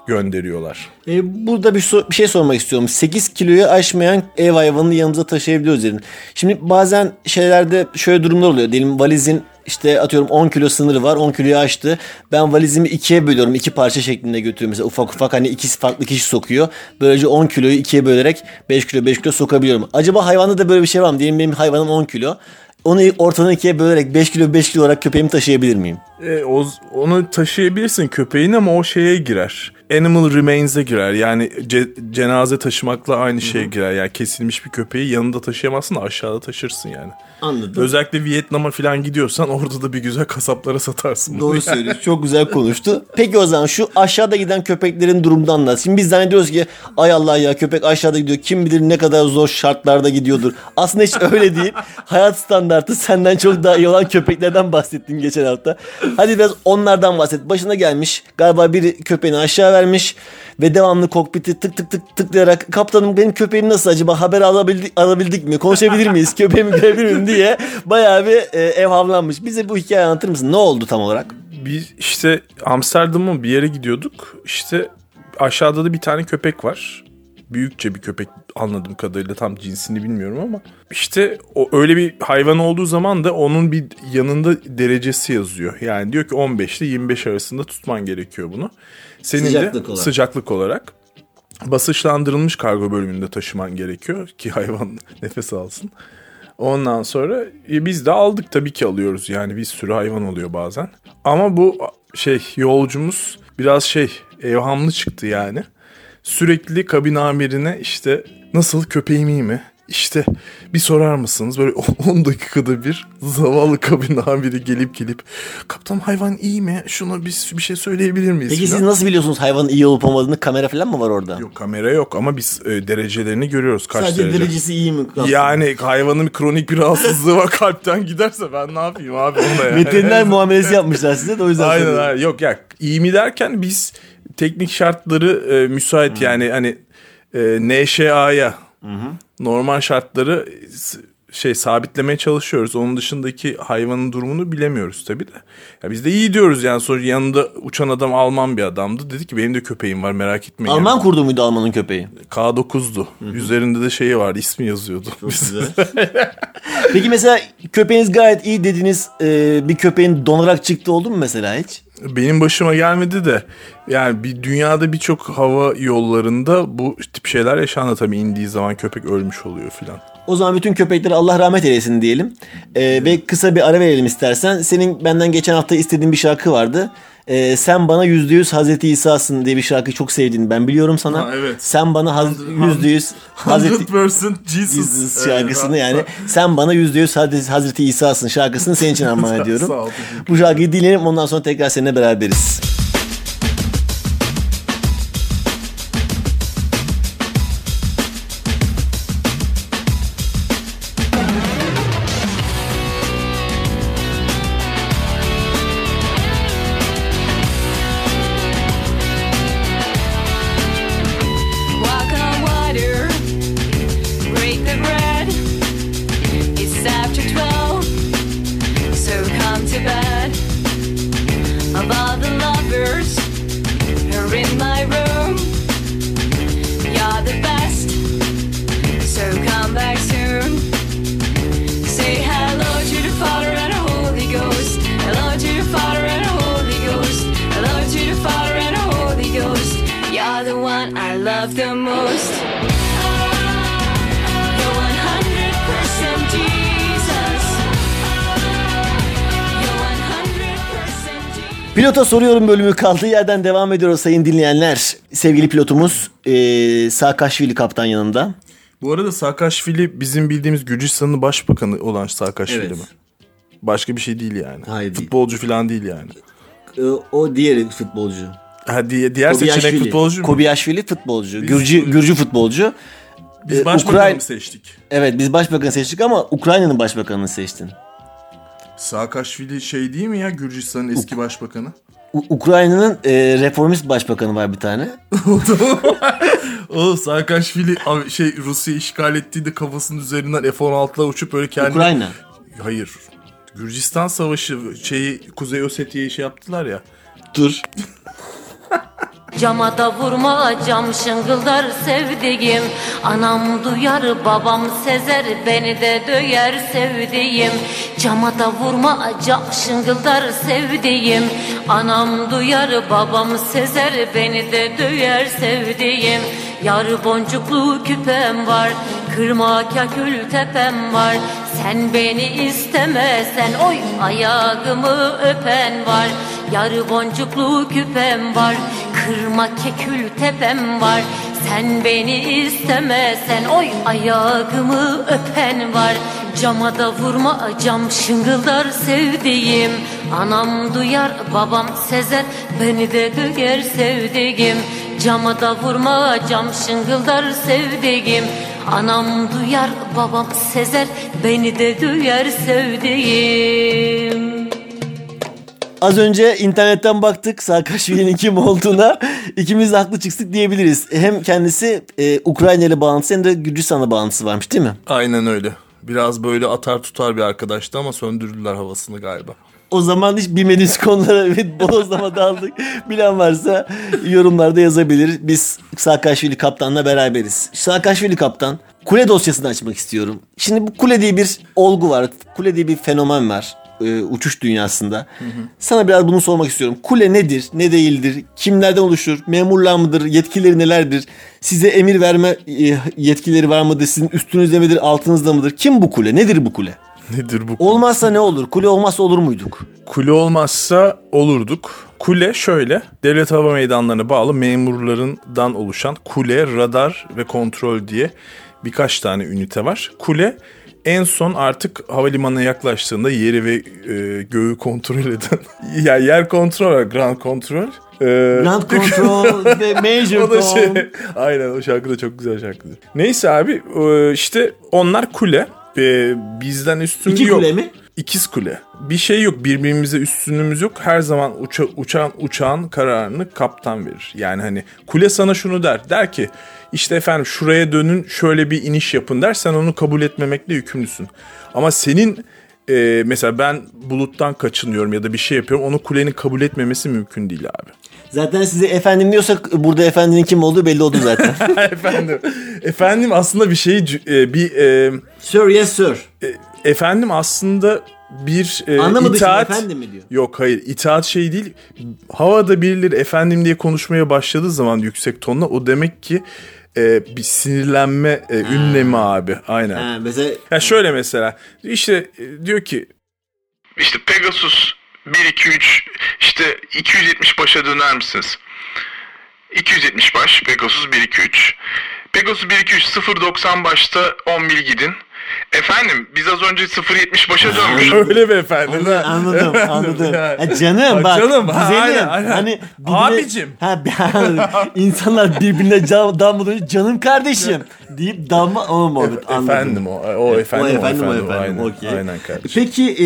gönderiyorlar. E, burada bir, so- bir şey sormak istiyorum. sekiz kiloyu aşmayan ev hayvanını yanımıza taşıyabiliyoruz dedim. Şimdi bazen şeylerde şöyle durumlar oluyor. Diyelim valizin işte atıyorum on kilo sınırı var. on kiloyu aştı. Ben valizimi ikiye bölüyorum. iki parça şeklinde götürüyorum. Mesela ufak ufak hani ikisi farklı kişi sokuyor. Böylece on kiloyu ikiye bölerek beş kilo beş kilo sokabiliyorum. Acaba hayvanda da böyle bir şey var mı? Diyelim benim hayvanım on kilo. Onu ortadan ikiye bölerek beş kilo beş kilo olarak köpeğimi taşıyabilir miyim? E, o, onu taşıyabilirsin köpeğin ama o şeye girer. Animal remains'e girer. Yani ce- cenaze taşımakla aynı şeye girer. Yani kesilmiş bir köpeği yanında taşıyamazsın da aşağıda taşırsın yani. Anladım. Özellikle Vietnam'a falan gidiyorsan orada da bir güzel kasaplara satarsın. Doğru söylüyorsun. Çok güzel konuştu. Peki o zaman şu aşağıda giden köpeklerin durumunu anlat. Şimdi biz zannediyoruz ki ay Allah ya köpek aşağıda gidiyor. Kim bilir ne kadar zor şartlarda gidiyordur. Aslında hiç öyle değil. Hayat standartı senden çok daha iyi olan köpeklerden bahsettin geçen hafta. Hadi biraz onlardan bahset. Başına gelmiş galiba biri köpeğini aşağı vermiş ve devamlı kokpiti tık tık tık tıklayarak kaptanım benim köpeğim nasıl acaba haber alabildik, alabildik mi konuşabilir miyiz köpeğimi görebilir miyim diye bayağı bir e, ev havlanmış. Bize bu hikayeyi anlatır mısın? Ne oldu tam olarak? Biz işte Amsterdam'a bir yere gidiyorduk. İşte aşağıda da bir tane köpek var. Büyükçe bir köpek anladığım kadarıyla tam cinsini bilmiyorum ama. İşte o öyle bir hayvan olduğu zaman da onun bir yanında derecesi yazıyor. Yani diyor ki on beş ile yirmi beş arasında tutman gerekiyor bunu. Senin Sıcaklık de olarak. sıcaklık olarak basınçlandırılmış kargo bölümünde taşıman gerekiyor ki hayvan nefes alsın. Ondan sonra e, biz de aldık tabii ki alıyoruz yani bir sürü hayvan oluyor bazen. Ama bu şey yolcumuz biraz şey evhamlı çıktı yani. Sürekli kabin amirine işte nasıl köpeğim iyi mi? İşte bir sorar mısınız? Böyle on dakikada bir zavallı kabin amiri gelip gelip kaptan hayvan iyi mi? Şuna biz bir şey söyleyebilir miyiz? Peki falan. siz nasıl biliyorsunuz hayvanın iyi olup olmadığını? Kamera falan mı var orada? Yok kamera yok ama biz e, derecelerini görüyoruz. Kaç Sadece derece. derecesi iyi mi? Yani hayvanın kronik bir rahatsızlığı var kalpten giderse ben ne yapayım abi ona yani. Veteriner muamelesi yapmışlar size de o yüzden. Aynen söylüyorum. aynen. Yok ya iyi mi derken biz teknik şartları e, müsait yani hani e, N Ş A'ya normal şartları s- şey sabitlemeye çalışıyoruz. Onun dışındaki hayvanın durumunu bilemiyoruz tabii de. Ya biz de iyi diyoruz yani sonra yanında uçan adam Alman bir adamdı. Dedi ki benim de köpeğim var merak etmeyin. Alman yani. kurdu muydu Alman'ın köpeği? K dokuzdu. Üzerinde de şeyi vardı ismi yazıyordu. Peki mesela köpeğiniz gayet iyi dediğiniz e, bir köpeğin donarak çıktı oldu mu mesela hiç? Benim başıma gelmedi de yani bir dünyada birçok hava yollarında bu tip şeyler yaşandı tabii indiği zaman köpek ölmüş oluyor filan. O zaman bütün köpeklere Allah rahmet eylesin diyelim. E, ve kısa bir ara verelim istersen. Senin benden geçen hafta istediğin bir şarkı vardı. E, sen bana yüzde yüz Hazreti İsa'sın diye bir şarkıyı çok sevdiğini ben biliyorum sana. Ha, evet. Sen bana haz- yüzde yüz Hazreti yüz percent Jesus. Jesus şarkısını yani sen bana yüzde yüz Hazreti, Hazreti İsa'sın şarkısını senin için armağan ediyorum. Sağ ol, Bu şarkıyı dinleyelim ondan sonra tekrar seninle beraberiz. Walk on water, break the bread. It's after twelve, so come to bed. Of all the lovers who are in my room, you're the best, so come back soon. Say hello to the Father and the Holy Ghost. Hello to the Father and the Holy Ghost. Hello to the Father and the Holy Ghost. You're the one I love the most. You're one hundred percent Jesus. You're one hundred percent Jesus. Pilota soruyorum bölümü kaldığı yerden devam ediyoruz sayın dinleyenler. Sevgili pilotumuz e, Saakashvili kaptan yanında. Bu arada Saakashvili bizim bildiğimiz Gürcistan'ın başbakanı olan Saakashvili Evet. mi? Başka bir şey değil yani. Hayır, değil. Futbolcu falan değil yani. E, o diğeri futbolcu. Ha, diye, diğer seçenek Kobiyaşvili. futbolcu mu? Kobiyaşvili futbolcu. Biz- Gürcü, Gürcü futbolcu. Biz e, başbakanı Ukrayna- mı seçtik? Evet biz başbakanı seçtik ama Ukrayna'nın başbakanını seçtin. Saakashvili şey değil mi ya Gürcistan'ın eski başbakanı? U- Ukrayna'nın e, reformist başbakanı var bir tane. O Saakashvili abi şey Rusya işgal ettiğinde kafasının üzerinden F on altı'la uçup böyle kendini... Ukrayna. Hayır. Gürcistan Savaşı şeyi Kuzey Ossetya'yı şey yaptılar ya. Dur. Cama da vurma cam şıngıldar sevdiğim. Anam duyar babam sezer beni de döyer sevdiğim. Cama da vurma cam şıngıldar sevdiğim. Anam duyar babam sezer beni de döyer sevdiğim. Yar boncuklu küpem var, kırma kakül tepem var. Sen beni istemezsen oy ayağımı öpen var. Yar boncuklu küpem var, kırma kekül tepem var. Sen beni istemezsen oy ayağımı öpen var. Cama da vurma cam şıngıldar sevdiğim. Anam duyar babam sezer beni de döger sevdiğim. Cama da vurma cam şıngıldar sevdiğim. Anam duyar babam sezer beni de duyar sevdiğim. Az önce internetten baktık Saakashvili'nin kim olduğuna. İkimiz de haklı çıktık diyebiliriz. Hem kendisi e, Ukrayna ile bağlantısı hem de Gürcistan'la bağlantısı varmış değil mi? Aynen öyle. Biraz böyle atar tutar bir arkadaştı ama söndürdüler havasını galiba. O zaman hiç bilmediğimiz konulara evet, bodoslama daldık. Bilen varsa yorumlarda yazabilir. Biz Saakashvili kaptanla beraberiz. Saakashvili kaptan, kule dosyasını açmak istiyorum. Şimdi bu kule diye bir olgu var. Kule diye bir fenomen var. E, uçuş dünyasında. Hı hı. Sana biraz bunu sormak istiyorum. Kule nedir, ne değildir, kimlerden oluşur, memurlar mıdır, yetkileri nelerdir, size emir verme e, yetkileri var mıdır, sizin üstünüzde midir, altınızda mıdır, kim bu kule, nedir bu kule? Nedir bu kule? Olmazsa ne olur, kule olmazsa olur muyduk? Kule olmazsa olurduk. Kule şöyle, devlet hava meydanlarına bağlı memurlarından oluşan kule, radar ve kontrol diye birkaç tane ünite var. Kule en son artık havalimanına yaklaştığında yeri ve e, göğü kontrol eden, ya yer kontrol var, ground kontrol. E, ground control ve major o da şey, call. aynen o şarkı da çok güzel şarkıdır. Neyse abi e, işte onlar kule. E, bizden üstün İki yok. kule mi? İkiz kule. Bir şey yok, birbirimize üstünlüğümüz yok. Her zaman uça, uçağın, uçağın kararını kaptan verir. Yani hani kule sana şunu der. Der ki işte efendim şuraya dönün, şöyle bir iniş yapın der. Sen onu kabul etmemekle yükümlüsün. Ama senin e, mesela ben buluttan kaçınıyorum ya da bir şey yapıyorum. Onu kulenin kabul etmemesi mümkün değil abi. Zaten size efendim diyorsak burada efendinin kim olduğu belli oldu zaten. efendim. Efendim aslında bir şey e, bir e, sir yes sir. E, efendim aslında bir e, Anlamadı itaat. Efendim mi diyor? Yok hayır, itaat şey değil. Havada birileri efendim diye konuşmaya başladığı zaman yüksek tonla o demek ki e, bir sinirlenme e, ünlemi abi. Aynen. Ha, mesela... Ya şöyle mesela işte e, diyor ki işte Pegasus bir iki üç işte iki yüz yetmiş başa döner misiniz? iki yüz yetmiş baş Pegasus bir iki üç. Pegasus bir iki üç sıfır doksan başta on mil gidin. Efendim biz az önce sıfır yetmiş başa dönmüşüz. Öyle mi efendim? Anladım, anladım. anladım. Yani. Ha, canım bak. Canım, ha, güzelim. aynen, aynen. Hani birbirine, abicim. Ha, insanlar birbirine cam, damladan önce canım kardeşim deyip damla o muhabbet. E, efendim o. O efendim o. O efendim o efendim, efendim. Aynen, Okay. aynen kardeşim. Peki e,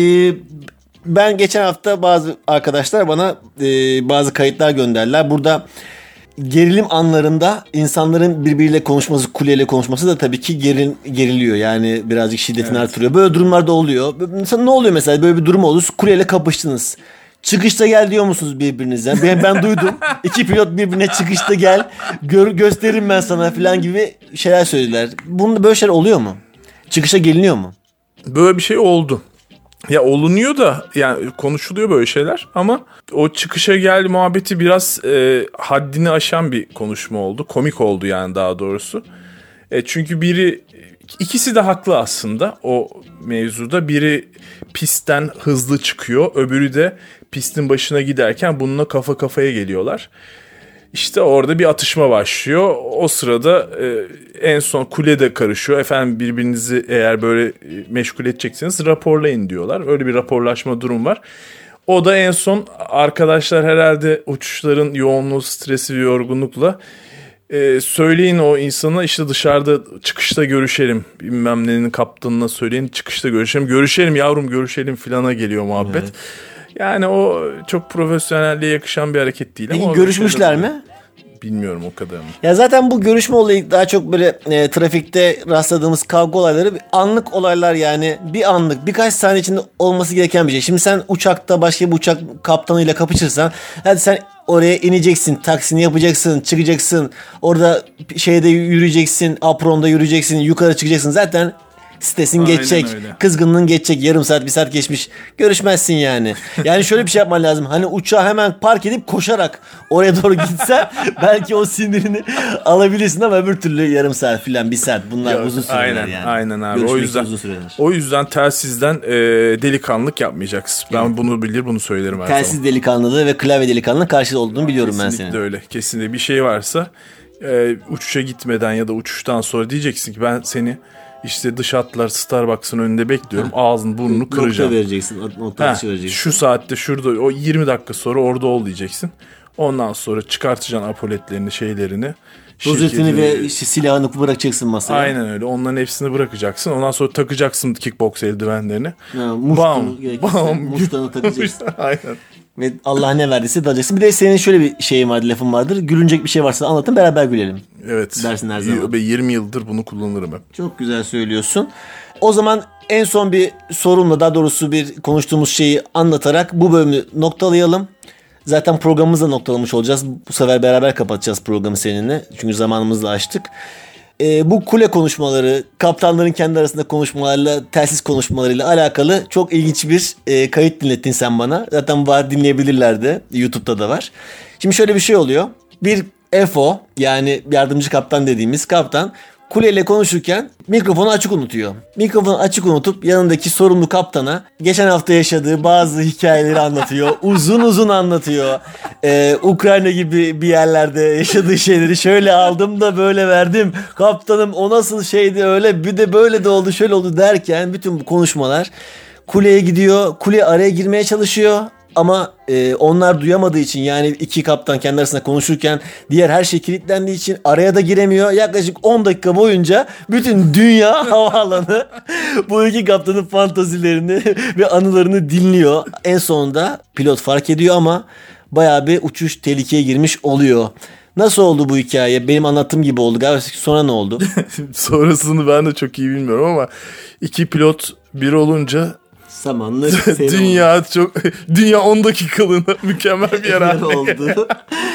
ben geçen hafta bazı arkadaşlar bana e, bazı kayıtlar gönderdiler. Burada gerilim anlarında insanların birbiriyle konuşması, kuleyle konuşması da tabii ki geril, geriliyor. Yani birazcık şiddetini evet. artırıyor. Böyle durumlarda oluyor. Mesela ne oluyor mesela? Böyle bir durum oldu. Kuleyle kapıştınız. Çıkışta gel diyor musunuz birbirinize? Ben, ben duydum. İki pilot birbirine çıkışta gel. Gör, gösteririm ben sana falan gibi şeyler söylediler. Bunda böyle şeyler oluyor mu? Çıkışa geliniyor mu? Böyle bir şey oldu. Ya olunuyor da yani konuşuluyor böyle şeyler ama o çıkışa gel muhabbeti biraz e, haddini aşan bir konuşma oldu. Komik oldu yani daha doğrusu. E, çünkü biri ikisi de haklı aslında o mevzuda. Biri pistten hızlı çıkıyor, öbürü de pistin başına giderken bununla kafa kafaya geliyorlar. İşte orada bir atışma başlıyor. O sırada e, en son kule de karışıyor. Efendim birbirinizi eğer böyle meşgul edecekseniz raporlayın diyorlar. Öyle bir raporlaşma durum var. O da en son arkadaşlar herhalde uçuşların yoğunluğu, stresi ve yorgunlukla e, söyleyin o insana işte dışarıda çıkışta görüşelim. Bilmem nenin kaptanına söyleyin çıkışta görüşelim. Görüşelim yavrum görüşelim filana geliyor muhabbet. Evet. Yani o çok profesyonelliğe yakışan bir hareket değil. Peki ama görüşmüşler mi? bilmiyorum o kadarını. Ya zaten bu görüşme olayı daha çok böyle e, trafikte rastladığımız kavga olayları anlık olaylar, yani bir anlık birkaç saniye içinde olması gereken bir şey. Şimdi sen uçakta başka bir uçak kaptanıyla kapışırsan, hadi sen oraya ineceksin, taksini yapacaksın, çıkacaksın, orada şeyde yürüyeceksin, apronda yürüyeceksin, yukarı çıkacaksın, zaten stresin Aynen geçecek, öyle. kızgınlığın geçecek, yarım saat bir saat geçmiş, görüşmezsin yani. Yani şöyle bir şey yapman lazım, hani uçağı hemen park edip koşarak oraya doğru gitsen belki o sinirini alabilirsin, ama öbür türlü yarım saat filan, bir saat, bunlar Yok, uzun süreler aynen, yani. Aynen abi. Görüşmek O yüzden uzun süreler. o yüzden telsizden e, delikanlılık yapmayacaksın. Ben bunu bilir, bunu söylerim her Telsiz zaman. delikanlılığı ve klavye delikanlılığı karşılığı olduğunu biliyorum ben Kesinlikle senin. öyle. Kesinlikle bir şey varsa e, uçuşa gitmeden ya da uçuştan sonra diyeceksin ki ben seni işte dış hatlar Starbucks'ın önünde bekliyorum. Ağzını burnunu kıracağım. Nokta vereceksin. Nokta Ha, atışı vereceksin. şu saatte şurada, o yirmi dakika sonra orada ol diyeceksin. Ondan sonra çıkartacaksın apoletlerini, şeylerini. Rozetini şirketi- ve işte silahını bırakacaksın masaya. Aynen öyle. Onların hepsini bırakacaksın. Ondan sonra takacaksın kickbox eldivenlerini. Ha, muştunu gerekirse muştanı takacaksın. Aynen. Ve Allah ne verdiyse dalacaksın. Bir de senin şöyle bir şeyin vardı, lafın vardır. Gülünecek bir şey varsa anlatın, beraber gülelim. Evet. Dersin her zaman. Ben yirmi yıldır bunu kullanırım hep. Çok güzel söylüyorsun. O zaman en son bir sorunla, daha doğrusu bir konuştuğumuz şeyi anlatarak bu bölümü noktalayalım. Zaten programımızı da noktalamış olacağız. Bu sefer beraber kapatacağız programı seninle. Çünkü zamanımızı da açtık. Ee, bu kule konuşmaları, kaptanların kendi arasında konuşmalarla, telsiz konuşmalarıyla alakalı çok ilginç bir e, kayıt dinlettin sen bana. Zaten var, dinleyebilirler de. YouTube'da da var. Şimdi şöyle bir şey oluyor. Bir F O, yani yardımcı kaptan dediğimiz kaptan, kuleyle konuşurken mikrofonu açık unutuyor. Mikrofonu açık unutup yanındaki sorumlu kaptana geçen hafta yaşadığı bazı hikayeleri anlatıyor. Uzun uzun anlatıyor. Ee, Ukrayna gibi bir yerlerde yaşadığı şeyleri, şöyle aldım da böyle verdim. Kaptanım o nasıl şeydi öyle, bir de böyle de oldu, şöyle oldu derken bütün bu konuşmalar kuleye gidiyor. Kule araya girmeye çalışıyor. Ama e, onlar duyamadığı için, yani iki kaptan kendi arasında konuşurken diğer her şey kilitlendiği için araya da giremiyor. Yaklaşık on dakika boyunca bütün dünya havaalanı bu iki kaptanın fantazilerini ve anılarını dinliyor. En sonunda pilot fark ediyor ama bayağı bir uçuş tehlikeye girmiş oluyor. Nasıl oldu bu hikaye? Benim anlattığım gibi oldu galiba. Sonra ne oldu? Sonrasını ben de çok iyi bilmiyorum ama iki pilot bir olunca Samanlı dünya çok dünya on dakikalığına mükemmel bir yer haline oldu.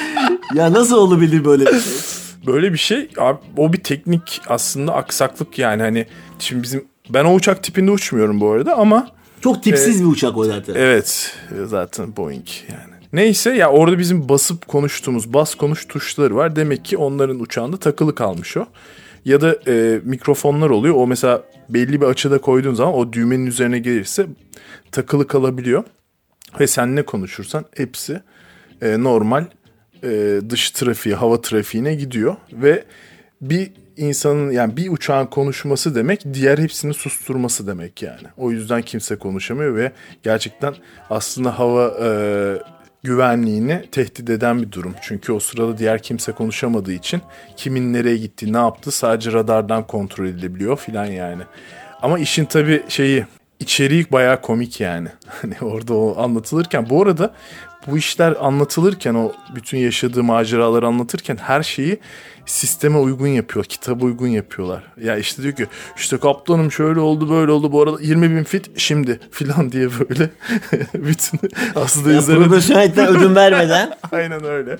Ya nasıl olabilir böyle bir şey? Böyle bir şey abi, o bir teknik aslında aksaklık yani, hani şimdi bizim, ben o uçak tipinde uçmuyorum bu arada ama çok tipsiz e, bir uçak o zaten. Evet, zaten Boeing yani. Neyse ya, orada bizim basıp konuştuğumuz bas konuş tuşları var. Demek ki onların uçağında takılı kalmış o. Ya da e, mikrofonlar oluyor. O mesela belli bir açıda koyduğun zaman o düğmenin üzerine gelirse takılı kalabiliyor. Ve sen ne konuşursan hepsi e, normal e, dış trafiğe, hava trafiğine gidiyor. Ve bir insanın, yani bir uçağın konuşması demek diğer hepsini susturması demek yani. O yüzden kimse konuşamıyor ve gerçekten aslında hava e, güvenliğini tehdit eden bir durum. Çünkü o sırada diğer kimse konuşamadığı için kimin nereye gittiği, ne yaptığı sadece radardan kontrol edilebiliyor filan yani. Ama işin tabii şeyi, içeriği bayağı komik yani. Hani orada o anlatılırken, bu arada bu işler anlatılırken, o bütün yaşadığı maceraları anlatırken her şeyi sisteme uygun yapıyor, kitaba uygun yapıyorlar. Ya işte diyor ki işte kaptanım şöyle oldu böyle oldu, bu arada yirmi bin fit şimdi filan diye böyle bütün aslında ya üzerine... profesyonellikten ödün vermeden. Aynen öyle.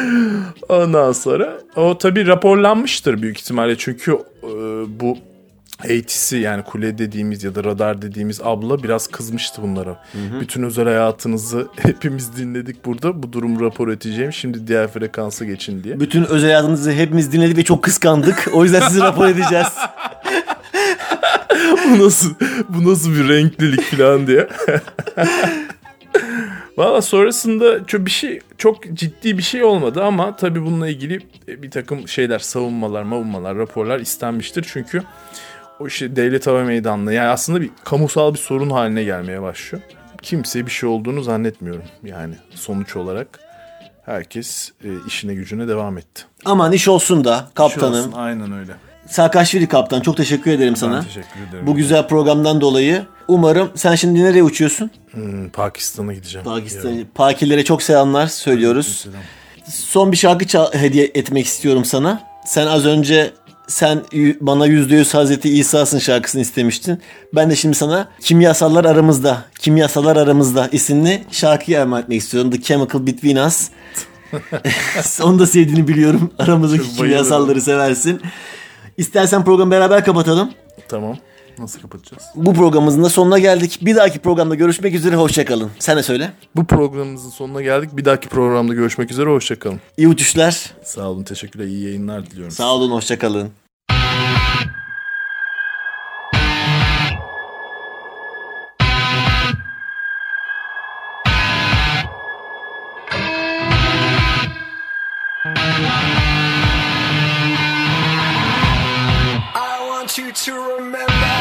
Ondan sonra o tabii raporlanmıştır büyük ihtimalle, çünkü e, bu A T C yani kule dediğimiz ya da radar dediğimiz abla biraz kızmıştı bunlara. Hı hı. Bütün özel hayatınızı hepimiz dinledik burada. Bu durumu rapor edeceğim. Şimdi diğer frekansa geçin diye. Bütün özel hayatınızı hepimiz dinledik ve çok kıskandık. O yüzden sizi rapor edeceğiz. bu nasıl bu nasıl bir renklilik falan diye. Valla sonrasında çok bir şey, çok ciddi bir şey olmadı ama tabii bununla ilgili bir takım şeyler, savunmalar, mavunmalar, raporlar istenmiştir. Çünkü o işte devlet hava meydanlığı, yani aslında bir kamusal bir sorun haline gelmeye başlıyor. Kimseye bir şey olduğunu zannetmiyorum yani, sonuç olarak herkes e, işine gücüne devam etti. Aman iş olsun da kaptanım. İş olsun, aynen öyle. Saakashvili kaptan, çok teşekkür ederim ben sana. Teşekkür ederim. Bu güzel programdan dolayı. Umarım sen şimdi nereye uçuyorsun? Hmm, Pakistan'a gideceğim. Pakistan. Pakilere çok selamlar söylüyoruz. son bir şarkı çal- hediye etmek istiyorum sana. Sen az önce sen y- bana yüzde yüz Hazreti İsa'sın şarkısını istemiştin. Ben de şimdi sana Kimyasallar Aramızda, Kimyasallar Aramızda isimli şarkıyı armağan etmek istiyorum. The Chemical Between Us. Onu da sevdiğini biliyorum. Aramızdaki Çok kimyasalları bayılırım. seversin. İstersen programı beraber kapatalım. Tamam. Nasıl kapatacağız? Bu programımızın da sonuna geldik. Bir dahaki programda görüşmek üzere. Hoşçakalın. Sen de söyle. Bu programımızın sonuna geldik. Bir dahaki programda görüşmek üzere. Hoşçakalın. İyi uçuşlar. Sağ olun. Teşekkürler. İyi yayınlar diliyorum. Sağ olun. Hoşçakalın. I want you to remember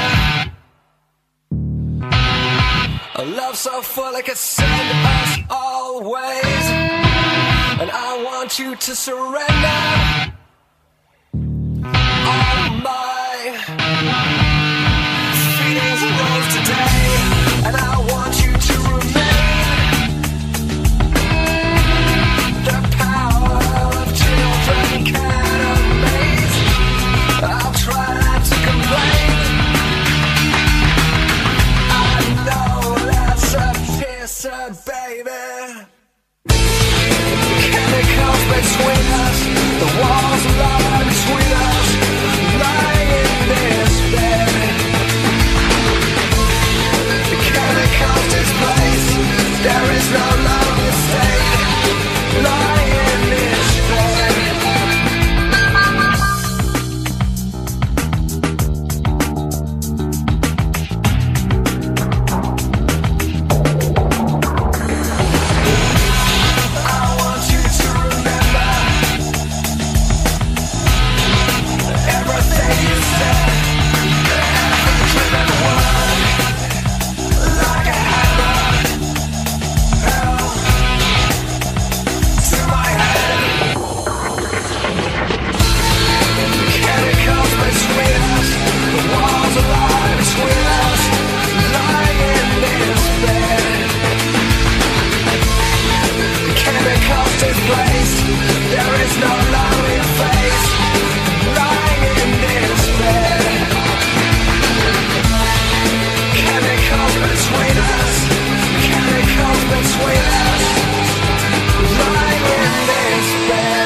a love so full it could send us always. And I want you to surrender all my feelings rose today. And I want you to remain the power of children can amaze. I'll try not to complain. I know that's a kisser, baby. Chemicals between us, the walls of love between us, lying in this bed. The chemicals displaced, there is no longer state, lying in this bed. I want you to remember everything you said. Every driven word, like a hammer, hell to my head. Chemicals between us, the walls of lie between us, lying in this bed. Chemicals displaced, there is no lonely face, lying in this bed. Chemicals between us, chemicals between us, lying in this bed.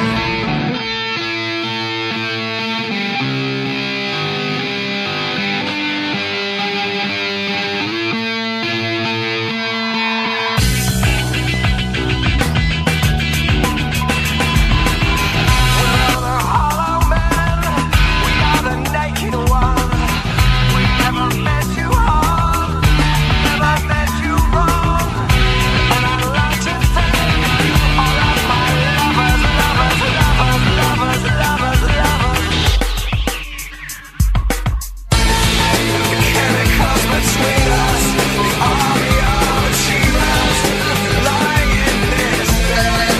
Chemicals between us, the army of achievers, lying in this bed.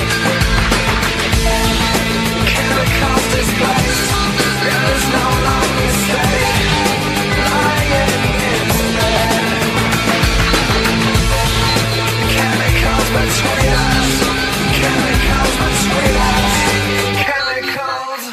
Chemicals displaced, there is no longer state, lying in this bed. Chemicals between us, chemicals between us, chemicals.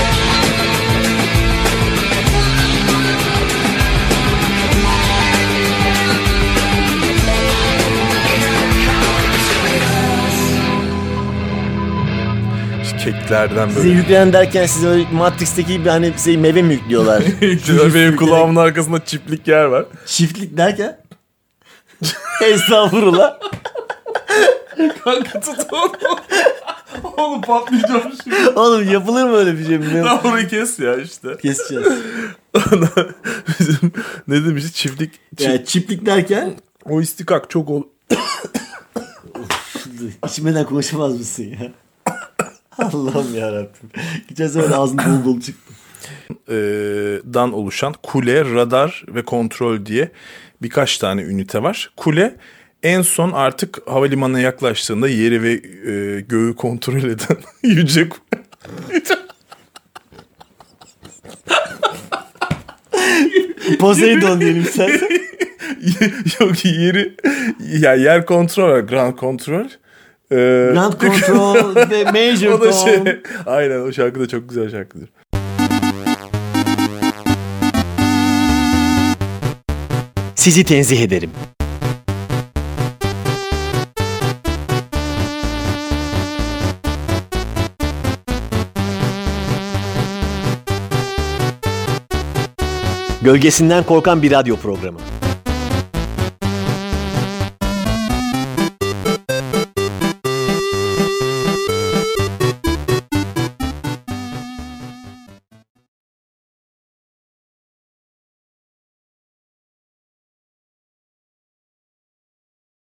Keklerden Size böyle. yüklenen derken size öyle Matrix'teki gibi hani size meyve mi yüklüyorlar? Benim kulağımın arkasında çiftlik yer var. Çiftlik derken? Estağfurullah. Kanka tut onu. Oğlum patlayacağım şimdi. Oğlum yapılır mı öyle bir şey bilmiyorum. Lan orayı kes ya işte. Keseceğiz. Bizim ne demişti çiftlik. çift- Yani çiftlik derken O istikak çok ol. içmeden konuşamaz mısın ya? Allah'ım yarabbim. Geçen sefer ağzın dolu dolu çıktı. e, dan oluşan kule, radar ve kontrol diye birkaç tane ünite var. Kule en son artık havalimanına yaklaştığında yeri ve e, göğü kontrol eden yüce kule. Poseidon diyelim sen. Yok yeri ya yer kontrol var, ground kontrol. Ee, Grand Control ve Major o da Tom. şey, aynen o şarkı da çok güzel şarkıdır. Sizi tenzih ederim. Gölgesinden korkan bir radyo programı.